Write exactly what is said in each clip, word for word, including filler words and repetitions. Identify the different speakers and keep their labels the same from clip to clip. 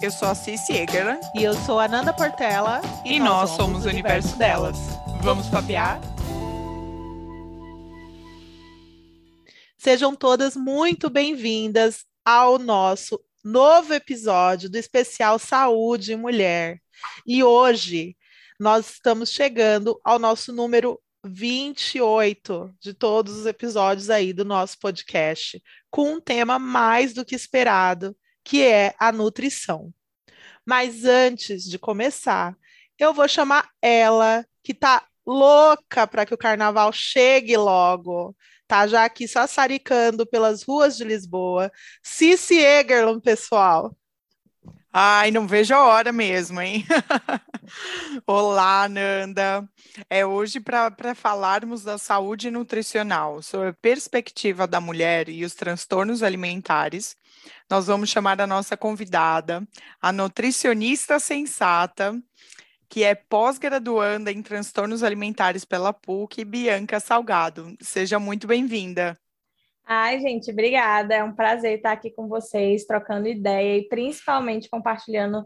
Speaker 1: Eu sou a Cici Egerland.
Speaker 2: E eu sou a Nanda Portela.
Speaker 1: E, e nós, nós somos o Universo Delas. Delas. Vamos papear?
Speaker 2: Sejam todas muito bem-vindas ao nosso novo episódio do especial Saúde e Mulher. E hoje nós estamos chegando ao nosso número vinte e oito de todos os episódios aí do nosso podcast, com um tema mais do que esperado, que é a nutrição. Mas antes de começar, eu vou chamar ela, que tá louca para que o carnaval chegue logo. Tá já aqui sassaricando pelas ruas de Lisboa. Cici Egerland, pessoal.
Speaker 1: Ai, não vejo a hora mesmo, hein? Olá, Nanda. É hoje para falarmos da saúde nutricional, sobre a perspectiva da mulher e os transtornos alimentares. Nós vamos chamar a nossa convidada, a nutricionista sensata, que é pós-graduanda em transtornos alimentares pela P U C, Bianca Salgado. Seja muito bem-vinda.
Speaker 3: Ai, gente, obrigada. É um prazer estar aqui com vocês, trocando ideia e principalmente compartilhando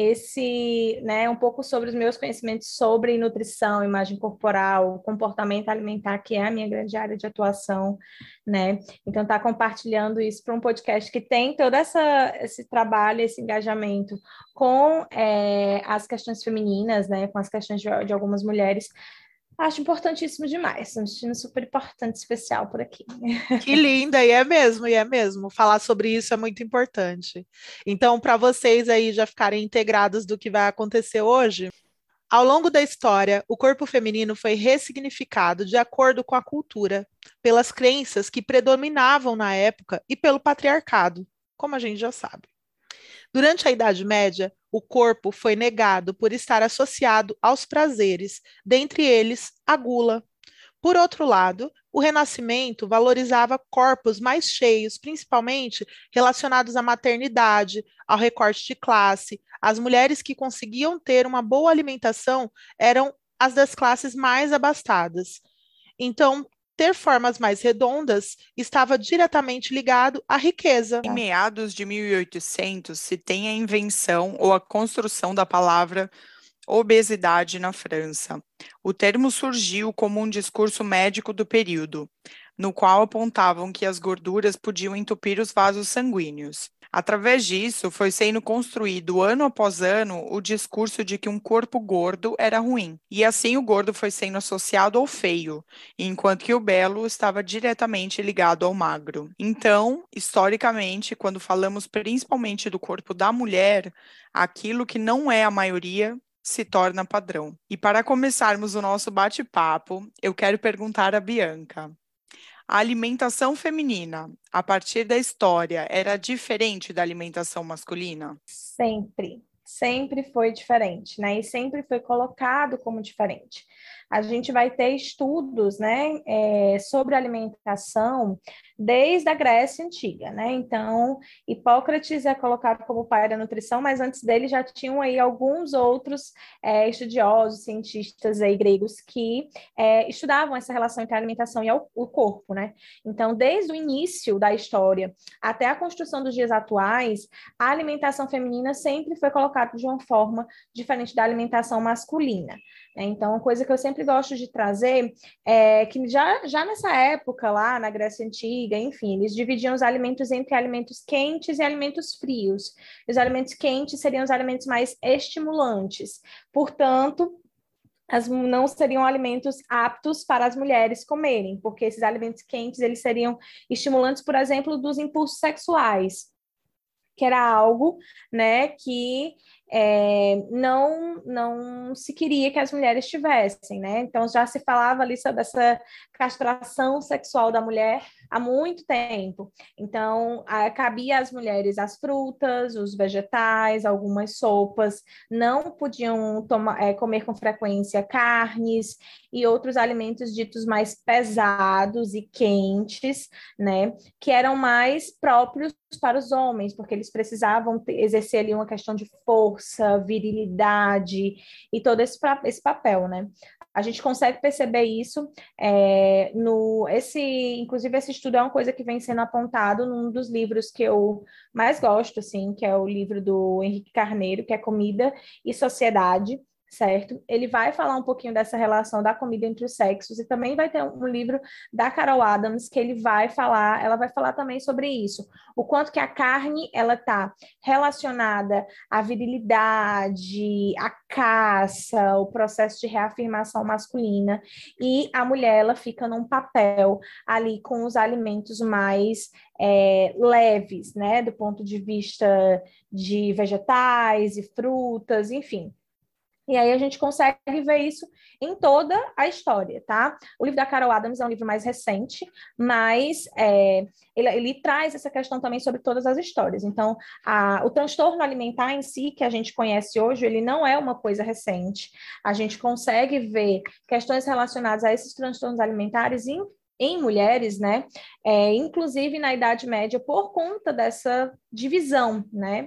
Speaker 3: esse, né, um pouco sobre os meus conhecimentos sobre nutrição, imagem corporal, comportamento alimentar, que é a minha grande área de atuação, né? Então, estar compartilhando isso para um podcast que tem todo essa, esse trabalho, esse engajamento com é, as questões femininas, né, com as questões de, de algumas mulheres. Acho importantíssimo demais, um destino super importante, especial por aqui.
Speaker 2: Que linda, e é mesmo, e é mesmo. Falar sobre isso é muito importante. Então, para vocês aí já ficarem integrados do que vai acontecer hoje, ao longo da história, o corpo feminino foi ressignificado de acordo com a cultura, pelas crenças que predominavam na época e pelo patriarcado, como a gente já sabe. Durante a Idade Média, o corpo foi negado por estar associado aos prazeres, dentre eles a gula. Por outro lado, o Renascimento valorizava corpos mais cheios, principalmente relacionados à maternidade, ao recorte de classe. As mulheres que conseguiam ter uma boa alimentação eram as das classes mais abastadas. Então, ter formas mais redondas estava diretamente ligado à riqueza.
Speaker 1: Em meados de mil e oitocentos, se tem a invenção ou a construção da palavra obesidade na França. O termo surgiu como um discurso médico do período, no qual apontavam que as gorduras podiam entupir os vasos sanguíneos. Através disso, foi sendo construído ano após ano o discurso de que um corpo gordo era ruim. E assim o gordo foi sendo associado ao feio, enquanto que o belo estava diretamente ligado ao magro. Então, historicamente, quando falamos principalmente do corpo da mulher, aquilo que não é a maioria se torna padrão. E para começarmos o nosso bate-papo, eu quero perguntar a Bianca. A alimentação feminina, a partir da história, era diferente da alimentação masculina?
Speaker 3: Sempre, sempre foi diferente, né? E sempre foi colocado como diferente. A gente vai ter estudos, né, é, sobre alimentação desde a Grécia Antiga, né? Então, Hipócrates é colocado como pai da nutrição, mas antes dele já tinham aí alguns outros é, estudiosos, cientistas aí gregos que é, estudavam essa relação entre a alimentação e o, o corpo, né? Então, desde o início da história até a construção dos dias atuais, a alimentação feminina sempre foi colocada de uma forma diferente da alimentação masculina. Então, uma coisa que eu sempre gosto de trazer é que já, já nessa época, lá na Grécia Antiga, enfim, eles dividiam os alimentos entre alimentos quentes e alimentos frios. Os alimentos quentes seriam os alimentos mais estimulantes. Portanto, as, não seriam alimentos aptos para as mulheres comerem, porque esses alimentos quentes, eles seriam estimulantes, por exemplo, dos impulsos sexuais, que era algo, né, que é, não, não se queria que as mulheres tivessem, né? Então já se falava ali sobre essa castração sexual da mulher há muito tempo. Então a, cabia às mulheres as frutas, os vegetais, algumas sopas, não podiam tomar, é, comer com frequência carnes e outros alimentos ditos mais pesados e quentes, né? Que eram mais próprios para os homens, porque eles precisavam ter, exercer ali uma questão de força, virilidade e todo esse, esse papel, né? A gente consegue perceber isso é, no esse, inclusive esse estudo é uma coisa que vem sendo apontado num dos livros que eu mais gosto, assim, que é o livro do Henrique Carneiro, que é Comida e Sociedade, certo? Ele vai falar um pouquinho dessa relação da comida entre os sexos e também vai ter um livro da Carol Adams que ele vai falar, ela vai falar também sobre isso, o quanto que a carne ela tá relacionada à virilidade, à caça, o processo de reafirmação masculina e a mulher ela fica num papel ali com os alimentos mais é, leves, né, do ponto de vista de vegetais e frutas, enfim. E aí a gente consegue ver isso em toda a história, tá? O livro da Carol Adams é um livro mais recente, mas é, ele, ele traz essa questão também sobre todas as histórias. Então, a, o transtorno alimentar em si, que a gente conhece hoje, ele não é uma coisa recente. A gente consegue ver questões relacionadas a esses transtornos alimentares em em mulheres, né, é, inclusive na Idade Média, por conta dessa divisão, né,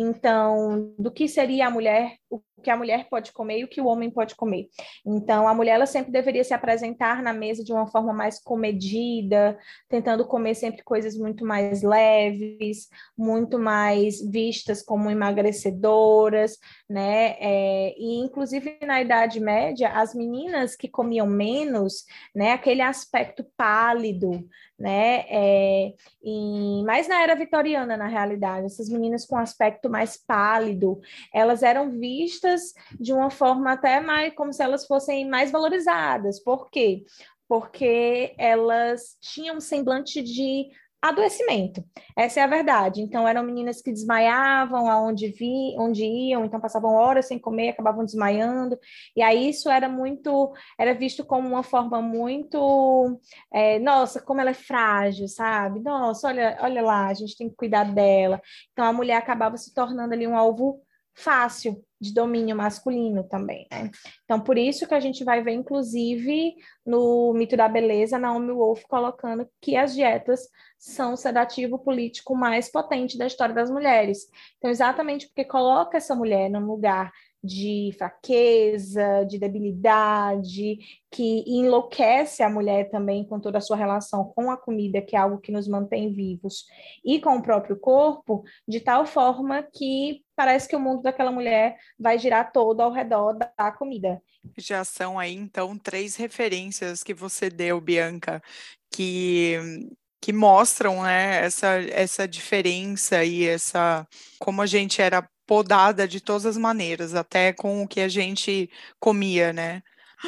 Speaker 3: então, do que seria a mulher, o que a mulher pode comer e o que o homem pode comer. Então, a mulher, ela sempre deveria se apresentar na mesa de uma forma mais comedida, tentando comer sempre coisas muito mais leves, muito mais vistas como emagrecedoras, né, é, e inclusive na Idade Média, as meninas que comiam menos, né, aquele aspecto pálido, né? É, e, mas na era vitoriana, na realidade, essas meninas com aspecto mais pálido, elas eram vistas de uma forma até mais como se elas fossem mais valorizadas. Por quê? Porque elas tinham um semblante de adoecimento. Essa é a verdade. Então, eram meninas que desmaiavam aonde vi, onde iam, então passavam horas sem comer, acabavam desmaiando. E aí isso era muito, era visto como uma forma muito, é, nossa, como ela é frágil, sabe? Nossa, olha, olha lá, a gente tem que cuidar dela. Então, a mulher acabava se tornando ali um alvo fácil de domínio masculino também, né? Então, por isso que a gente vai ver, inclusive, no Mito da Beleza, Naomi Wolf colocando que as dietas são o sedativo político mais potente da história das mulheres. Então, exatamente porque coloca essa mulher num lugar de fraqueza, de debilidade, que enlouquece a mulher também com toda a sua relação com a comida, que é algo que nos mantém vivos, e com o próprio corpo, de tal forma que parece que o mundo daquela mulher vai girar todo ao redor da comida.
Speaker 1: Já são aí, então, três referências que você deu, Bianca, que, que mostram, né, essa, essa diferença e essa, como a gente era podada de todas as maneiras, até com o que a gente comia, né?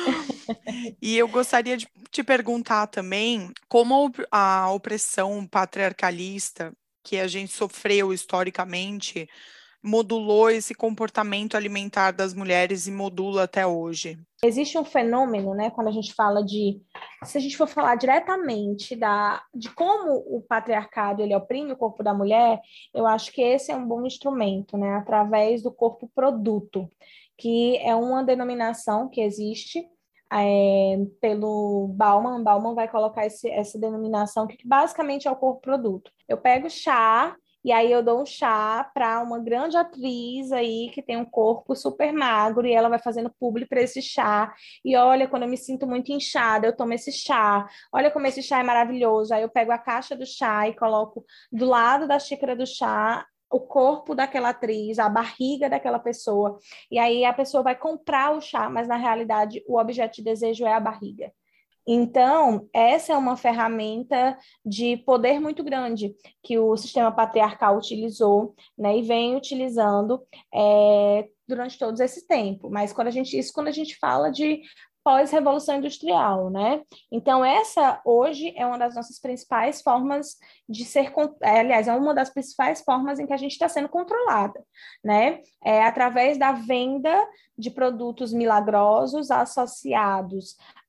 Speaker 1: E eu gostaria de te perguntar também como a opressão patriarcalista que a gente sofreu historicamente modulou esse comportamento alimentar das mulheres e modula até hoje.
Speaker 3: Existe um fenômeno, né, quando a gente fala de, se a gente for falar diretamente da, de como o patriarcado ele oprime o corpo da mulher, eu acho que esse é um bom instrumento, né, através do corpo produto, que é uma denominação que existe é, pelo Bauman. Bauman vai colocar esse, essa denominação que basicamente é o corpo produto. Eu pego chá e aí eu dou um chá para uma grande atriz aí que tem um corpo super magro e ela vai fazendo publi para esse chá. E olha, quando eu me sinto muito inchada, eu tomo esse chá. Olha como esse chá é maravilhoso. Aí eu pego a caixa do chá e coloco do lado da xícara do chá o corpo daquela atriz, a barriga daquela pessoa. E aí a pessoa vai comprar o chá, mas na realidade o objeto de desejo é a barriga. Então, essa é uma ferramenta de poder muito grande que o sistema patriarcal utilizou, né, e vem utilizando é, durante todo esse tempo. Mas quando a gente, isso quando a gente fala de pós-revolução industrial, né? Então, essa hoje é uma das nossas principais formas de ser, é, aliás, é uma das principais formas em que a gente está sendo controlada, né? É através da venda de produtos milagrosos associados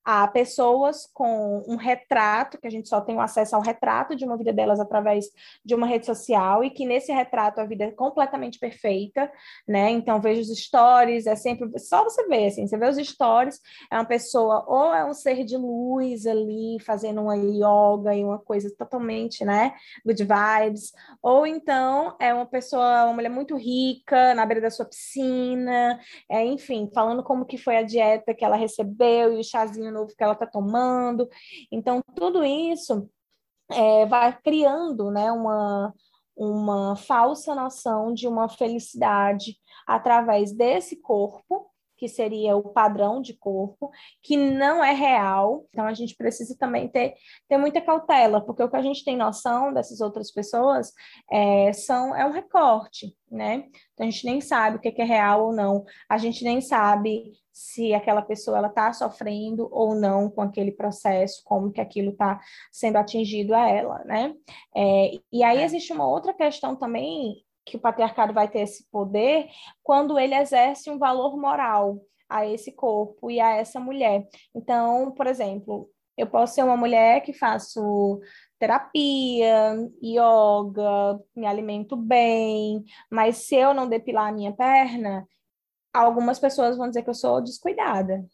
Speaker 3: a pessoas com um retrato, que a gente só tem o acesso ao retrato de uma vida delas através de uma rede social, e que nesse retrato a vida é completamente perfeita, né? Então, vejo os stories, é sempre, só você ver, assim, você vê os stories, é uma pessoa, ou é um ser de luz ali, fazendo uma yoga e uma coisa totalmente, né, good vibes, ou então é uma pessoa, uma mulher muito rica, na beira da sua piscina, é, enfim, falando como que foi a dieta que ela recebeu e o chazinho novo que ela está tomando. Então, tudo isso é, vai criando, né, uma, uma falsa noção de uma felicidade através desse corpo, que seria o padrão de corpo, que não é real. Então, a gente precisa também ter, ter muita cautela, porque o que a gente tem noção dessas outras pessoas é, são, é um recorte, né? Então, a gente nem sabe o que é real ou não. A gente nem sabe se aquela pessoa ela está sofrendo ou não com aquele processo, como que aquilo está sendo atingido a ela, né? É, e aí existe uma outra questão também, que o patriarcado vai ter esse poder quando ele exerce um valor moral a esse corpo e a essa mulher. Então, por exemplo, eu posso ser uma mulher que faço terapia, yoga, me alimento bem, mas se eu não depilar a minha perna, algumas pessoas vão dizer que eu sou descuidada.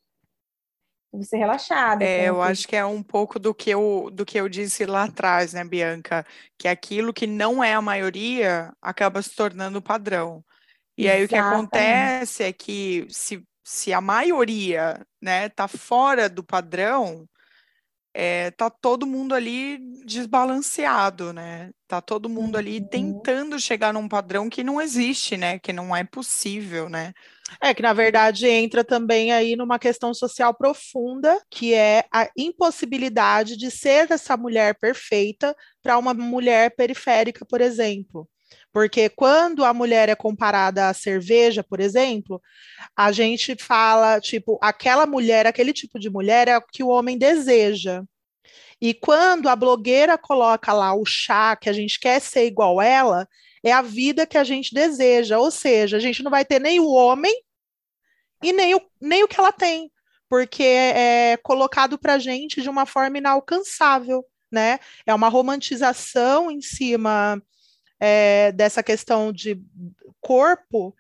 Speaker 3: Vou ser relaxada
Speaker 1: É,
Speaker 3: com
Speaker 1: eu
Speaker 3: tudo.
Speaker 1: acho que é um pouco do que eu, do que eu disse lá atrás, né, Bianca? Que aquilo que não é a maioria acaba se tornando o padrão. E aí o que
Speaker 3: Exatamente.
Speaker 1: acontece é que se, se a maioria, né, tá fora do padrão, é, tá todo mundo ali desbalanceado, né? Tá todo mundo ali
Speaker 3: Uhum.
Speaker 1: tentando chegar num padrão que não existe, né? Que não é possível, né?
Speaker 2: É que, na verdade, entra também aí numa questão social profunda, que é a impossibilidade de ser essa mulher perfeita para uma mulher periférica, por exemplo. Porque quando a mulher é comparada à cerveja, por exemplo, a gente fala, tipo, aquela mulher, aquele tipo de mulher é o que o homem deseja. E quando a blogueira coloca lá o chá, que a gente quer ser igual ela, é a vida que a gente deseja. Ou seja, a gente não vai ter nem o homem e nem o, nem o que ela tem, porque é colocado para a gente de uma forma inalcançável, né? É uma romantização em cima é, dessa questão de corpo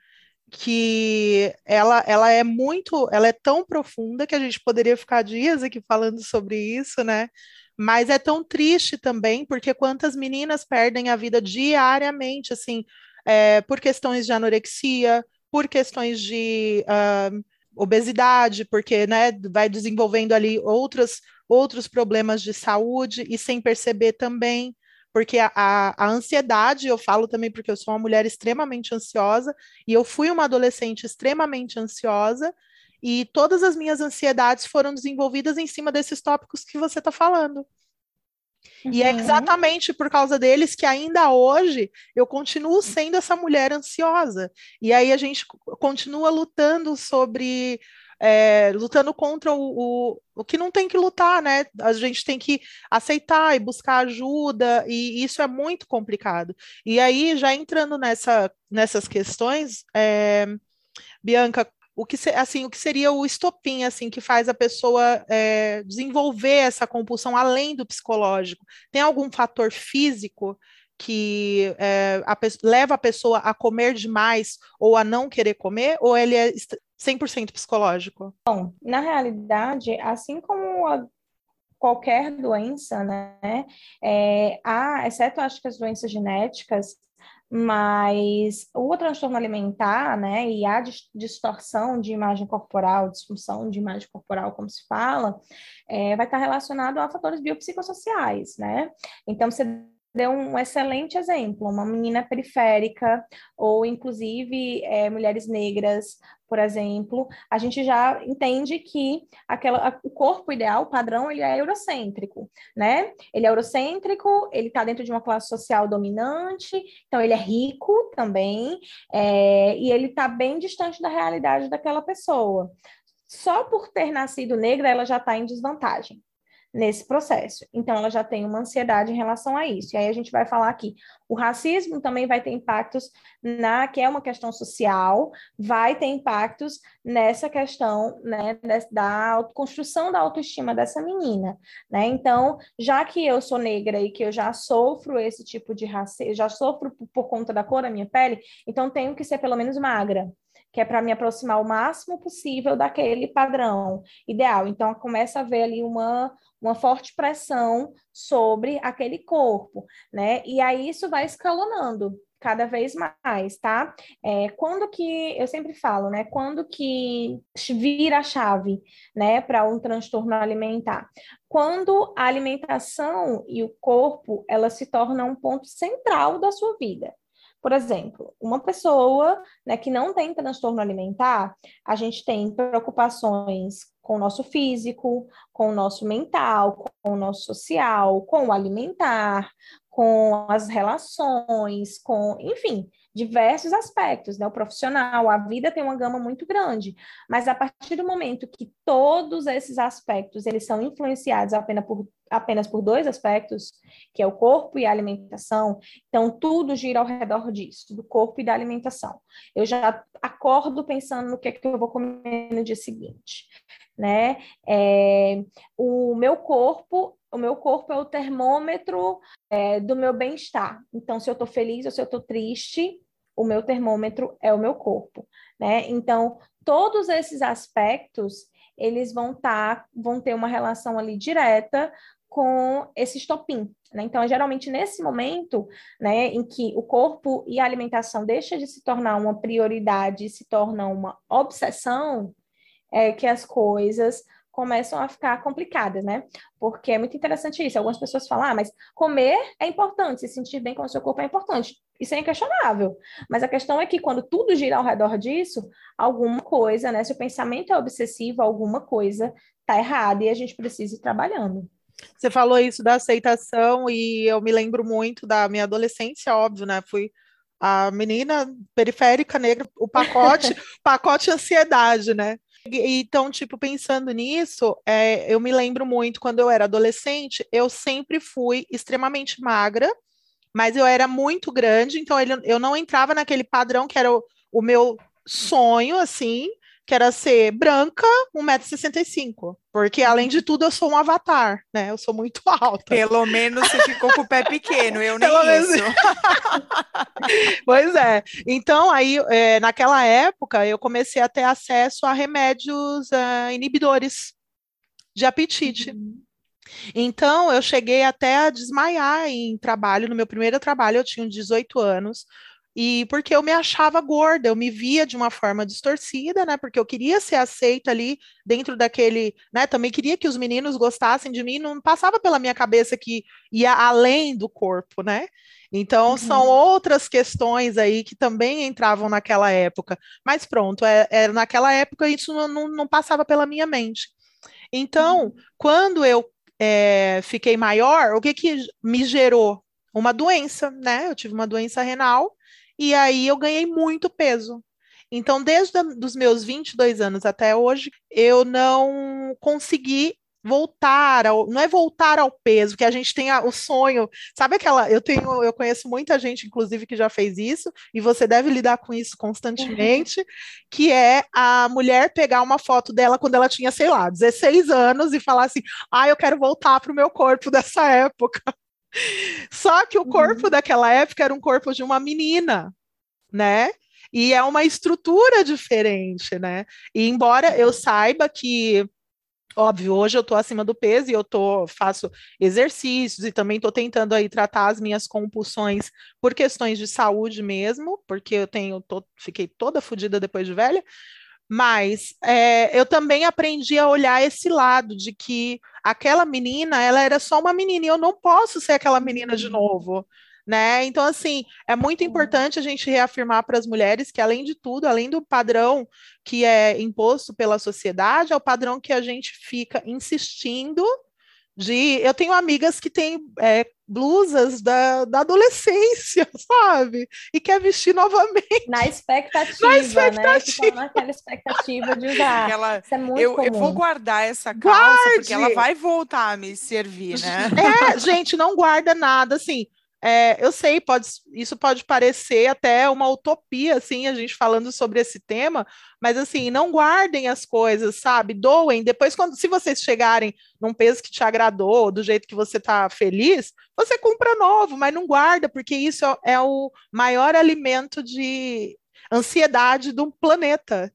Speaker 2: que ela, ela é muito, ela é tão profunda que a gente poderia ficar dias aqui falando sobre isso, né? Mas é tão triste também, porque quantas meninas perdem a vida diariamente, assim, é, por questões de anorexia, por questões de uh, obesidade, porque, né, vai desenvolvendo ali outros, outros problemas de saúde e sem perceber também, porque a, a, a ansiedade, eu falo também porque eu sou uma mulher extremamente ansiosa, e eu fui uma adolescente extremamente ansiosa, e todas as minhas ansiedades foram desenvolvidas em cima desses tópicos que você está falando. E é
Speaker 3: Uhum.
Speaker 2: exatamente por causa deles que ainda hoje eu continuo sendo essa mulher ansiosa. E aí a gente continua lutando sobre. É, lutando contra o, o, o que não tem que lutar, né? A gente tem que aceitar e buscar ajuda, e isso é muito complicado. E aí, já entrando nessa, nessas questões, é, Bianca, o que, se- assim, o que seria o estopim assim que faz a pessoa é, desenvolver essa compulsão além do psicológico? Tem algum fator físico que é, a pe- leva a pessoa a comer demais ou a não querer comer, ou ele é est- cem por cento psicológico?
Speaker 3: Na realidade, assim como a- qualquer doença, né, é, há, exceto acho que as doenças genéticas, mas o transtorno alimentar, né, e a dis- distorção de imagem corporal, disfunção de imagem corporal, como se fala, é, vai estar relacionado a fatores biopsicossociais, né? Então, você deu um excelente exemplo, uma menina periférica, ou inclusive é, mulheres negras, por exemplo, a gente já entende que aquela, a- o corpo ideal, o padrão, ele é eurocêntrico, né? Ele é eurocêntrico, ele está dentro de uma classe social dominante, então ele é rico também, é, e ele está bem distante da realidade daquela pessoa. Só por ter nascido negra, ela já está em desvantagem. nesse processo. Então, ela já tem uma ansiedade em relação a isso. E aí a gente vai falar aqui, o racismo também vai ter impactos na, que é uma questão social, vai ter impactos nessa questão, né, da construção da autoestima dessa menina, né? Então, já que eu sou negra e que eu já sofro esse tipo de racismo, já sofro por, por conta da cor da minha pele, então tenho que ser pelo menos magra, que é para me aproximar o máximo possível daquele padrão ideal. Então, começa a haver ali uma, uma forte pressão sobre aquele corpo, né? E aí isso vai escalonando cada vez mais, tá? É, quando que, eu sempre falo, né? Quando que vira a chave, né, para um transtorno alimentar? Quando a alimentação e o corpo, ela se torna um ponto central da sua vida. Por exemplo, uma pessoa, né, que não tem transtorno alimentar, a gente tem preocupações com o nosso físico, com o nosso mental, com o nosso social, com o alimentar, com as relações, com, enfim, diversos aspectos, né? O profissional, a vida tem uma gama muito grande, mas a partir do momento que todos esses aspectos eles são influenciados apenas por, apenas por dois aspectos, que é o corpo e a alimentação, então tudo gira ao redor disso, do corpo e da alimentação. Eu já acordo pensando no que é que eu vou comer no dia seguinte, né? É, o meu corpo, o meu corpo é o termômetro é, do meu bem-estar. Então, se eu estou feliz ou se eu estou triste, o meu termômetro é o meu corpo, né? Então, todos esses aspectos, eles vão tá, vão ter uma relação ali direta com esse estopim, né? Então, é geralmente nesse momento, né, em que o corpo e a alimentação deixa de se tornar uma prioridade e se torna uma obsessão, é que as coisas começam a ficar complicadas, né? Porque é muito interessante isso. Algumas pessoas falam, ah, mas comer é importante, se sentir bem com o seu corpo é importante. Isso é inquestionável. Mas a questão é que quando tudo gira ao redor disso, alguma coisa, né? Se o pensamento é obsessivo, alguma coisa está errada e a gente precisa ir trabalhando.
Speaker 2: Você falou isso da aceitação e eu me lembro muito da minha adolescência, óbvio, né? Fui a menina periférica negra, o pacote, pacote ansiedade, né? Então, tipo, pensando nisso, é, eu me lembro muito, quando eu era adolescente, eu sempre fui extremamente magra, mas eu era muito grande, então ele, eu não entrava naquele padrão que era o, o meu sonho, assim, que era ser branca, um metro e sessenta e cinco, porque, além de tudo, eu sou um avatar, né? Eu sou muito alta.
Speaker 1: Pelo menos você ficou com o pé pequeno, eu nem
Speaker 2: Pelo
Speaker 1: isso.
Speaker 2: Pois é. Então, aí, é, naquela época, eu comecei a ter acesso a remédios uh, inibidores de apetite. Uhum. Então, eu cheguei até a desmaiar em trabalho. No meu primeiro trabalho, eu tinha dezoito anos. E porque eu me achava gorda, eu me via de uma forma distorcida, né? Porque eu queria ser aceita ali dentro daquele, né? Também queria que os meninos gostassem de mim, não passava pela minha cabeça que ia além do corpo, né? Então, uhum. São outras questões aí que também entravam naquela época. Mas pronto, é, é, naquela época isso não, não, não passava pela minha mente. Então, uhum. Quando eu é, fiquei maior, o que que me gerou? Uma doença, né? Eu tive uma doença renal. E aí eu ganhei muito peso. Então, desde os meus vinte e dois anos até hoje, eu não consegui voltar ao, não é voltar ao peso, que a gente tem a, o sonho, sabe aquela, eu tenho, eu conheço muita gente, inclusive, que já fez isso, e você deve lidar com isso constantemente, que é a mulher pegar uma foto dela quando ela tinha, sei lá, dezesseis anos e falar assim, ah, eu quero voltar para o meu corpo dessa época. Só que o corpo uhum. daquela época era um corpo de uma menina, né? E é uma estrutura diferente, né? E embora eu saiba que, óbvio, hoje eu tô acima do peso e eu tô, faço exercícios e também tô tentando aí tratar as minhas compulsões por questões de saúde mesmo, porque eu tenho, tô, fiquei toda fodida depois de velha. Mas é, eu também aprendi a olhar esse lado de que aquela menina, ela era só uma menina e eu não posso ser aquela menina de novo, né? Então, assim, é muito importante a gente reafirmar para as mulheres que, além de tudo, além do padrão que é imposto pela sociedade, é o padrão que a gente fica insistindo, de... Eu tenho amigas que têm é, blusas da, da adolescência, sabe? E quer vestir novamente.
Speaker 3: Na expectativa,
Speaker 2: Na
Speaker 3: né? Que
Speaker 2: expectativa.
Speaker 3: estão naquela expectativa de usar.
Speaker 1: Aquela,
Speaker 3: Isso é muito
Speaker 1: eu, eu vou
Speaker 3: comum.
Speaker 1: guardar essa calça porque ela
Speaker 2: Guarde!
Speaker 1: vai voltar a me servir, né?
Speaker 2: É, gente, não guarda nada, assim. É, eu sei, pode, isso pode parecer até uma utopia, assim, a gente falando sobre esse tema, mas assim, não guardem as coisas, sabe? Doem. Depois, quando, se vocês chegarem num peso que te agradou, do jeito que você está feliz, você compra novo, mas não guarda, porque isso é, é o maior alimento de ansiedade do planeta.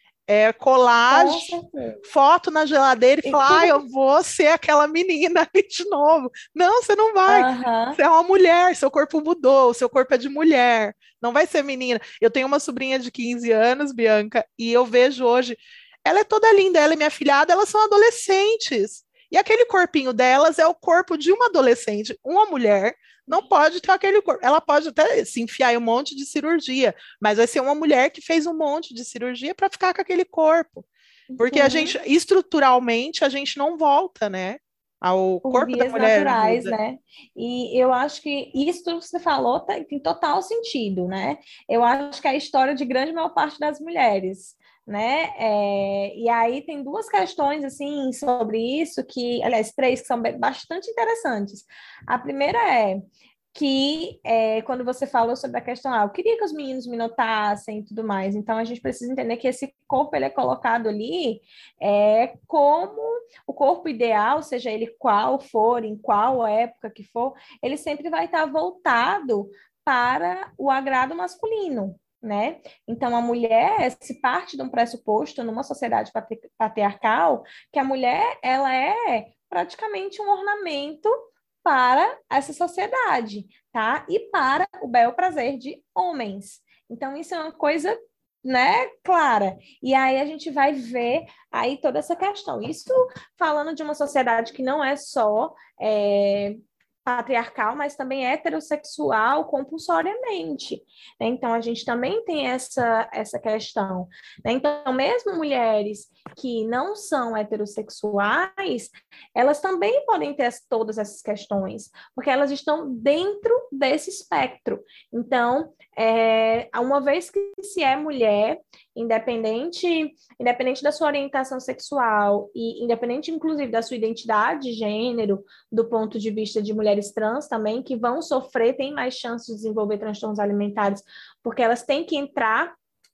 Speaker 2: É
Speaker 3: Com
Speaker 2: colagem,
Speaker 3: certeza.
Speaker 2: foto na geladeira e
Speaker 3: E
Speaker 2: falar, ah,
Speaker 3: tudo.
Speaker 2: eu vou ser aquela menina ali de novo. Não, você não vai.
Speaker 3: Aham.
Speaker 2: Você é uma mulher, seu corpo mudou, seu corpo é de mulher, não vai ser menina. Eu tenho uma sobrinha de quinze anos, Bianca, e eu vejo hoje, ela é toda linda, ela e minha filhada, elas são adolescentes. E aquele corpinho delas é o corpo de uma adolescente. Uma mulher não pode ter aquele corpo. Ela pode até se enfiar em um monte de cirurgia, mas vai ser uma mulher que fez um monte de cirurgia para ficar com aquele corpo. Porque a
Speaker 3: Uhum.
Speaker 2: gente, estruturalmente, a gente não volta, né? O
Speaker 3: Por
Speaker 2: corpo da
Speaker 3: vias
Speaker 2: mulher
Speaker 3: naturais,
Speaker 2: muda.
Speaker 3: né? E eu acho que isso que você falou tá- tem total sentido, né? Eu acho que é a história de grande maior parte das mulheres, né? É, e aí tem duas questões, assim, sobre isso, que, aliás, três que são bem- bastante interessantes. A primeira é que é, quando você falou sobre a questão, ah, eu queria que os meninos me notassem e tudo mais, então a gente precisa entender que esse corpo ele é colocado ali é, como o corpo ideal, seja ele qual for, em qual época que for, ele sempre vai estar voltado para o agrado masculino, né? Então a mulher se parte de um pressuposto numa sociedade patri patriarcal que a mulher ela é praticamente um ornamento para essa sociedade, tá? E para o bel prazer de homens. Então isso é uma coisa, né, clara. E aí a gente vai ver aí toda essa questão. Isso falando de uma sociedade que não é só é, patriarcal, mas também heterossexual compulsoriamente, né? Então a gente também tem essa, essa questão, né? Então mesmo mulheres que não são heterossexuais, elas também podem ter todas essas questões, porque elas estão dentro desse espectro. Então, é, uma vez que se é mulher, independente, independente da sua orientação sexual e independente, inclusive, da sua identidade de gênero, do ponto de vista de mulheres trans também, que vão sofrer, têm mais chances de desenvolver transtornos alimentares, porque elas têm que entrar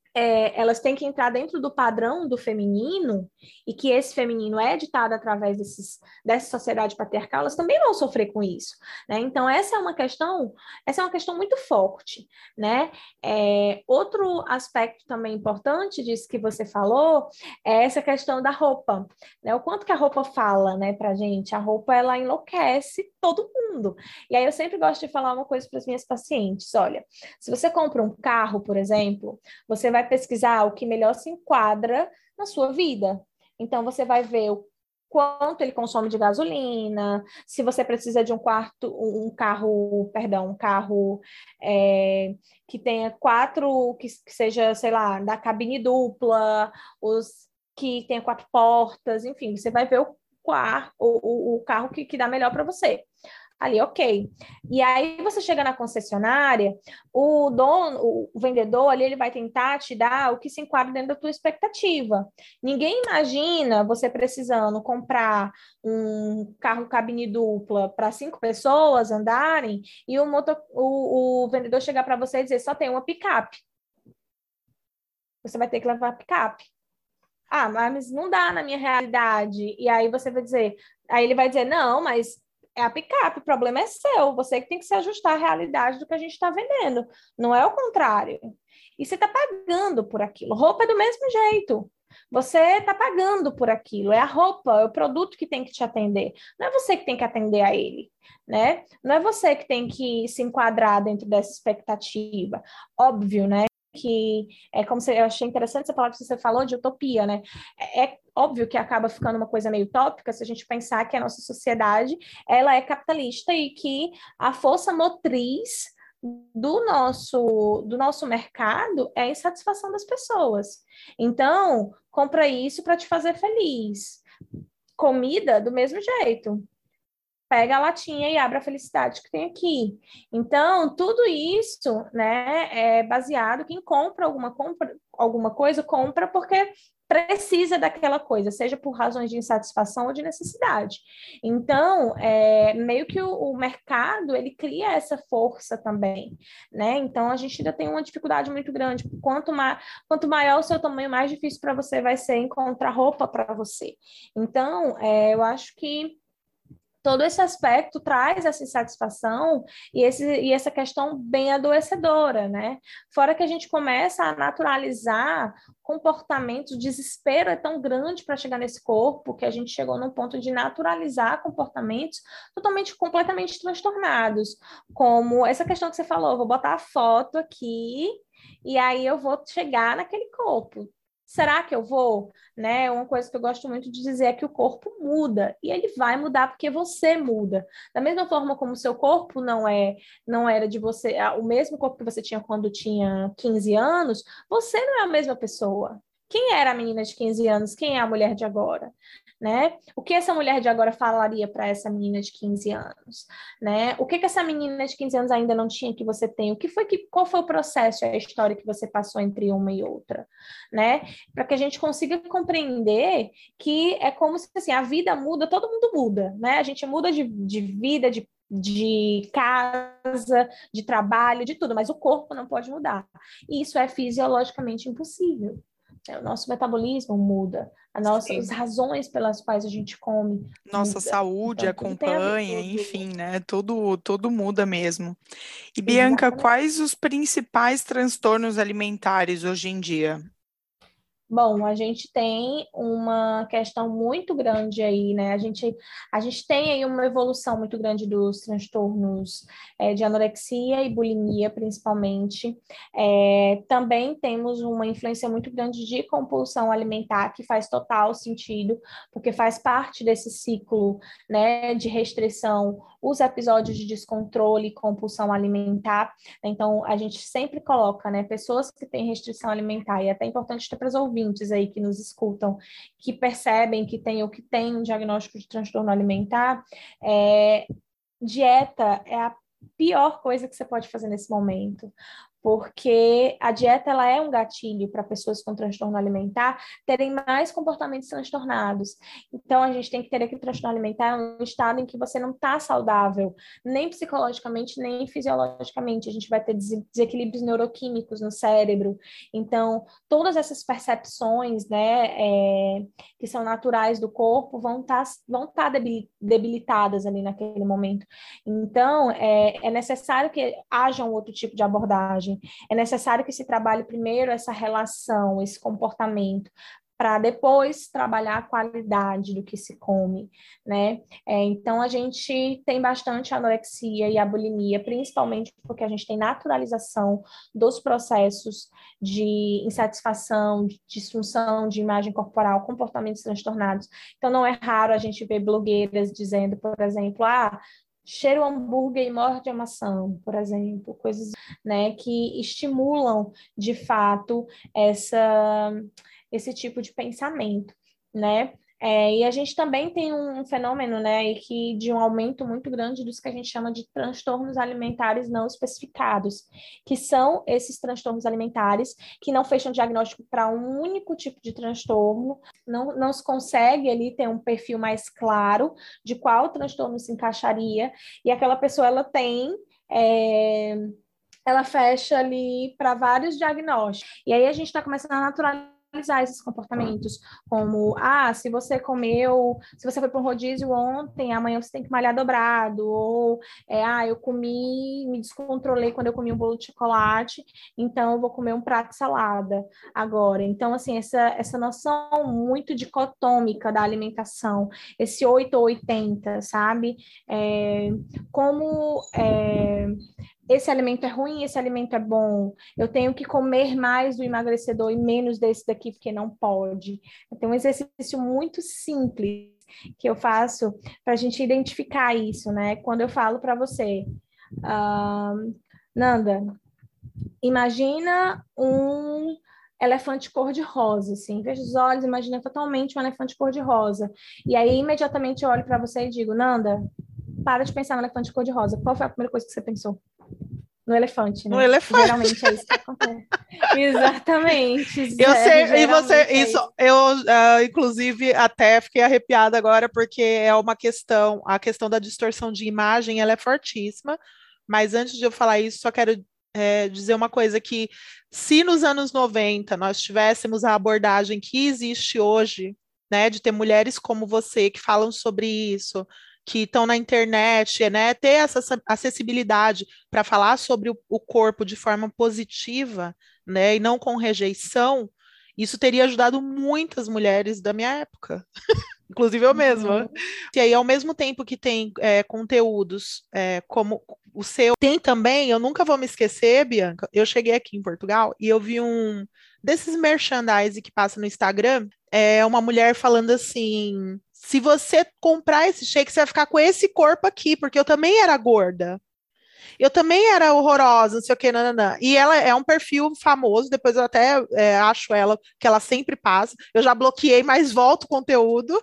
Speaker 3: é, elas têm que entrar dentro do padrão do feminino, e que esse feminino é ditado através desses, dessa sociedade patriarcal, elas também vão sofrer com isso, né? Então, essa é uma questão, essa é uma questão muito forte, né? É, outro aspecto também importante disso que você falou é essa questão da roupa, né? O quanto que a roupa fala, né, pra gente? A roupa, ela enlouquece todo mundo. E aí eu sempre gosto de falar uma coisa para as minhas pacientes, olha, se você compra um carro, por exemplo, você vai pesquisar o que melhor se enquadra na sua vida. Então, você vai ver o quanto ele consome de gasolina, se você precisa de um quarto, um carro, perdão, um carro é, que tenha quatro, que, que seja, sei lá, da cabine dupla, os que tenha quatro portas, enfim, você vai ver o, o, o carro que, que dá melhor para você. Ali, ok. E aí você chega na concessionária, o dono, o vendedor ali, ele vai tentar te dar o que se enquadra dentro da tua expectativa. Ninguém imagina você precisando comprar um carro cabine dupla para cinco pessoas andarem e o, motor, o, o vendedor chegar para você e dizer, só tem uma picape. Você vai ter que levar a picape. Ah, mas não dá na minha realidade. E aí você vai dizer, aí ele vai dizer, não, mas é a picape, o problema é seu, você que tem que se ajustar à realidade do que a gente está vendendo, não é o contrário. E você está pagando por aquilo. Roupa é do mesmo jeito. Você está pagando por aquilo. É a roupa, é o produto que tem que te atender. Não é você que tem que atender a ele, né? Não é você que tem que se enquadrar dentro dessa expectativa. Óbvio, né? Que é como você, eu achei interessante essa palavra que você falou de utopia, né? É, é óbvio que acaba ficando uma coisa meio utópica se a gente pensar que a nossa sociedade ela é capitalista e que a força motriz do nosso do nosso mercado é a insatisfação das pessoas. Então, compra isso para te fazer feliz. Comida do mesmo jeito. pega a latinha e abre a felicidade que tem aqui. Então, tudo isso, né, é baseado, quem compra alguma, compra alguma coisa, compra porque precisa daquela coisa, seja por razões de insatisfação ou de necessidade. Então, é, meio que o, o mercado, ele cria essa força também, né? Então, a gente ainda tem uma dificuldade muito grande. Quanto, ma quanto maior o seu tamanho, mais difícil para você vai ser encontrar roupa para você. Então, é, eu acho que todo esse aspecto traz essa insatisfação e, esse, e essa questão bem adoecedora, né? Fora que a gente começa a naturalizar comportamentos, o desespero é tão grande para chegar nesse corpo que a gente chegou num ponto de naturalizar comportamentos totalmente, completamente transtornados, como essa questão que você falou, vou botar a foto aqui e aí eu vou chegar naquele corpo. Será que eu vou? Né? Uma coisa que eu gosto muito de dizer é que o corpo muda, e ele vai mudar porque você muda. Da mesma forma como o seu corpo não é, não era de você, o mesmo corpo que você tinha quando tinha quinze anos, você não é a mesma pessoa. Quem era a menina de quinze anos? Quem é a mulher de agora? Né? O que essa mulher de agora falaria para essa menina de quinze anos? Né? O que, que essa menina de quinze anos ainda não tinha que você tem? O que foi que, qual foi o processo, a história que você passou entre uma e outra? Né? Para que a gente consiga compreender que é como se assim, a vida muda, todo mundo muda, né? A gente muda de, de vida, de de casa, de trabalho, de tudo, mas o corpo não pode mudar. E isso é fisiologicamente impossível. O nosso metabolismo muda, a nossa, as razões pelas quais a gente come
Speaker 1: Nossa
Speaker 3: muda.
Speaker 1: saúde
Speaker 3: Então, tudo tem a ver
Speaker 1: acompanha,
Speaker 3: tudo.
Speaker 1: enfim, né? Tudo, tudo muda mesmo. E Bianca,
Speaker 3: Exatamente.
Speaker 1: quais os principais transtornos alimentares hoje em dia?
Speaker 3: Bom, a gente tem uma questão muito grande aí, né? A gente, a gente tem aí uma evolução muito grande dos transtornos é, de anorexia e bulimia, principalmente. É, também temos uma influência muito grande de compulsão alimentar, que faz total sentido, porque faz parte desse ciclo, né, de restrição, os episódios de descontrole e compulsão alimentar. Então, a gente sempre coloca, né, pessoas que têm restrição alimentar, e é até importante ter para os ouvintes aí que nos escutam, que percebem que tem ou que tem um diagnóstico de transtorno alimentar, é, dieta é a pior coisa que você pode fazer nesse momento, porque a dieta ela é um gatilho para pessoas com transtorno alimentar terem mais comportamentos transtornados. Então, a gente tem que ter aqui o transtorno alimentar um estado em que você não está saudável, nem psicologicamente, nem fisiologicamente. A gente vai ter desequilíbrios neuroquímicos no cérebro. Então, todas essas percepções, né, é, que são naturais do corpo vão estar vão tá debilitadas ali naquele momento. Então, é, é necessário que haja um outro tipo de abordagem. É necessário que se trabalhe primeiro essa relação, esse comportamento, para depois trabalhar a qualidade do que se come, né? É, então, a gente tem bastante anorexia e a bulimia, principalmente porque a gente tem naturalização dos processos de insatisfação, de disfunção de imagem corporal, comportamentos transtornados. Então, não é raro a gente ver blogueiras dizendo, por exemplo, ah, cheira o hambúrguer e morde a maçã, por exemplo, coisas, né, que estimulam, de fato, essa, esse tipo de pensamento, né? É, e a gente também tem um fenômeno, né, que de um aumento muito grande dos que a gente chama de transtornos alimentares não especificados, que são esses transtornos alimentares que não fecham diagnóstico para um único tipo de transtorno, não, não se consegue ali ter um perfil mais claro de qual transtorno se encaixaria, e aquela pessoa, ela tem... É, ela fecha ali para vários diagnósticos. E aí a gente está começando a naturalizar esses comportamentos, como, ah, se você comeu, se você foi para um rodízio ontem, amanhã você tem que malhar dobrado, ou, é, ah, eu comi, me descontrolei quando eu comi um bolo de chocolate, então eu vou comer um prato de salada agora. Então, assim, essa, essa noção muito dicotômica da alimentação, esse oito ou oitenta, sabe? É, como... É, esse alimento é ruim, esse alimento é bom, eu tenho que comer mais do emagrecedor e menos desse daqui, porque não pode. Tem um exercício muito simples que eu faço para a gente identificar isso, né? Quando eu falo para você, uh, Nanda, imagina um elefante cor-de-rosa, assim, veja os olhos, imagina totalmente um elefante cor-de-rosa. E aí, imediatamente, eu olho para você e digo, Nanda, para de pensar no elefante cor-de-rosa. Qual foi a primeira coisa que você pensou? No elefante, né?
Speaker 2: No elefante.
Speaker 3: Geralmente é isso que acontece. Exatamente.
Speaker 2: Eu sei, e você,
Speaker 3: Geralmente é
Speaker 2: isso,
Speaker 3: isso.
Speaker 2: eu, ah, inclusive, até fiquei arrepiada agora, porque é uma questão, a questão da distorção de imagem, ela é fortíssima, mas antes de eu falar isso, só quero é, dizer uma coisa, que se nos anos noventa nós tivéssemos a abordagem que existe hoje, né, de ter mulheres como você que falam sobre isso, que estão na internet, né, ter essa acessibilidade para falar sobre o, o corpo de forma positiva, né, e não com rejeição, isso teria ajudado muitas mulheres da minha época, inclusive eu mesma.
Speaker 3: Uhum.
Speaker 2: E aí, ao mesmo tempo que tem é, conteúdos é, como o seu, tem também, eu nunca vou me esquecer, Bianca, eu cheguei aqui em Portugal e eu vi um desses merchandise que passa no Instagram, é uma mulher falando assim, se você comprar esse shake, você vai ficar com esse corpo aqui, porque eu também era gorda. Eu também era horrorosa, não sei o que, nananã. E ela é um perfil famoso, depois eu até é, acho ela, que ela sempre passa. Eu já bloqueei, mas volto o conteúdo.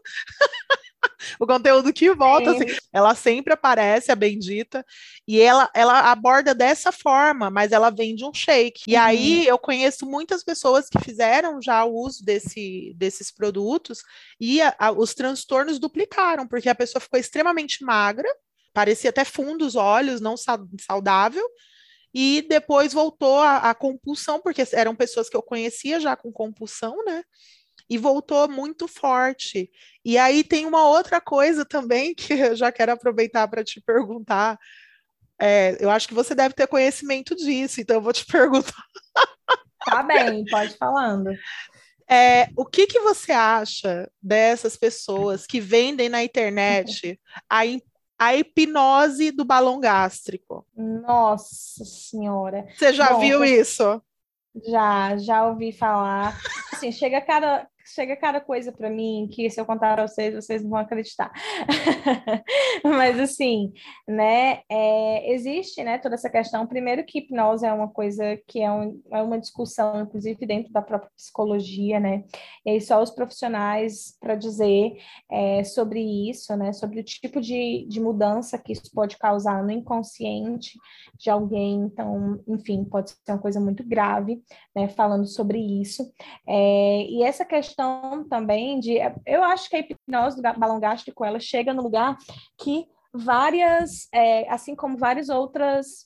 Speaker 2: O conteúdo que volta, assim, ela sempre aparece, a bendita, e ela, ela aborda dessa forma, mas ela vende um shake. E
Speaker 3: Uhum.
Speaker 2: aí eu conheço muitas pessoas que fizeram já o uso desse, desses produtos e a, a, os transtornos duplicaram, porque a pessoa ficou extremamente magra, parecia até fundo os olhos, não saudável, e depois voltou a, a compulsão, porque eram pessoas que eu conhecia já com compulsão, né? E voltou muito forte. E aí tem uma outra coisa também que eu já quero aproveitar para te perguntar. É, eu acho que você deve ter conhecimento disso, então eu vou te perguntar.
Speaker 3: Tá bem, pode falando.
Speaker 2: É, o que, que você acha dessas pessoas que vendem na internet a, a hipnose do balão gástrico?
Speaker 3: Nossa Senhora.
Speaker 2: Você já
Speaker 3: Bom,
Speaker 2: viu isso?
Speaker 3: Já, já ouvi falar. Assim, chega cada, chega cada coisa para mim que se eu contar para vocês, vocês não vão acreditar. Mas assim, né, é, existe, né, toda essa questão. Primeiro que hipnose é uma coisa que é, um, é uma discussão, inclusive dentro da própria psicologia, né? E aí só os profissionais para dizer é, sobre isso, né? Sobre o tipo de, de mudança que isso pode causar no inconsciente de alguém. Então, enfim, pode ser uma coisa muito grave. Né, falando sobre isso. É, e essa questão também de... Eu acho que a hipnose do balão gástrico, ela chega no lugar que várias, é, assim como várias outras...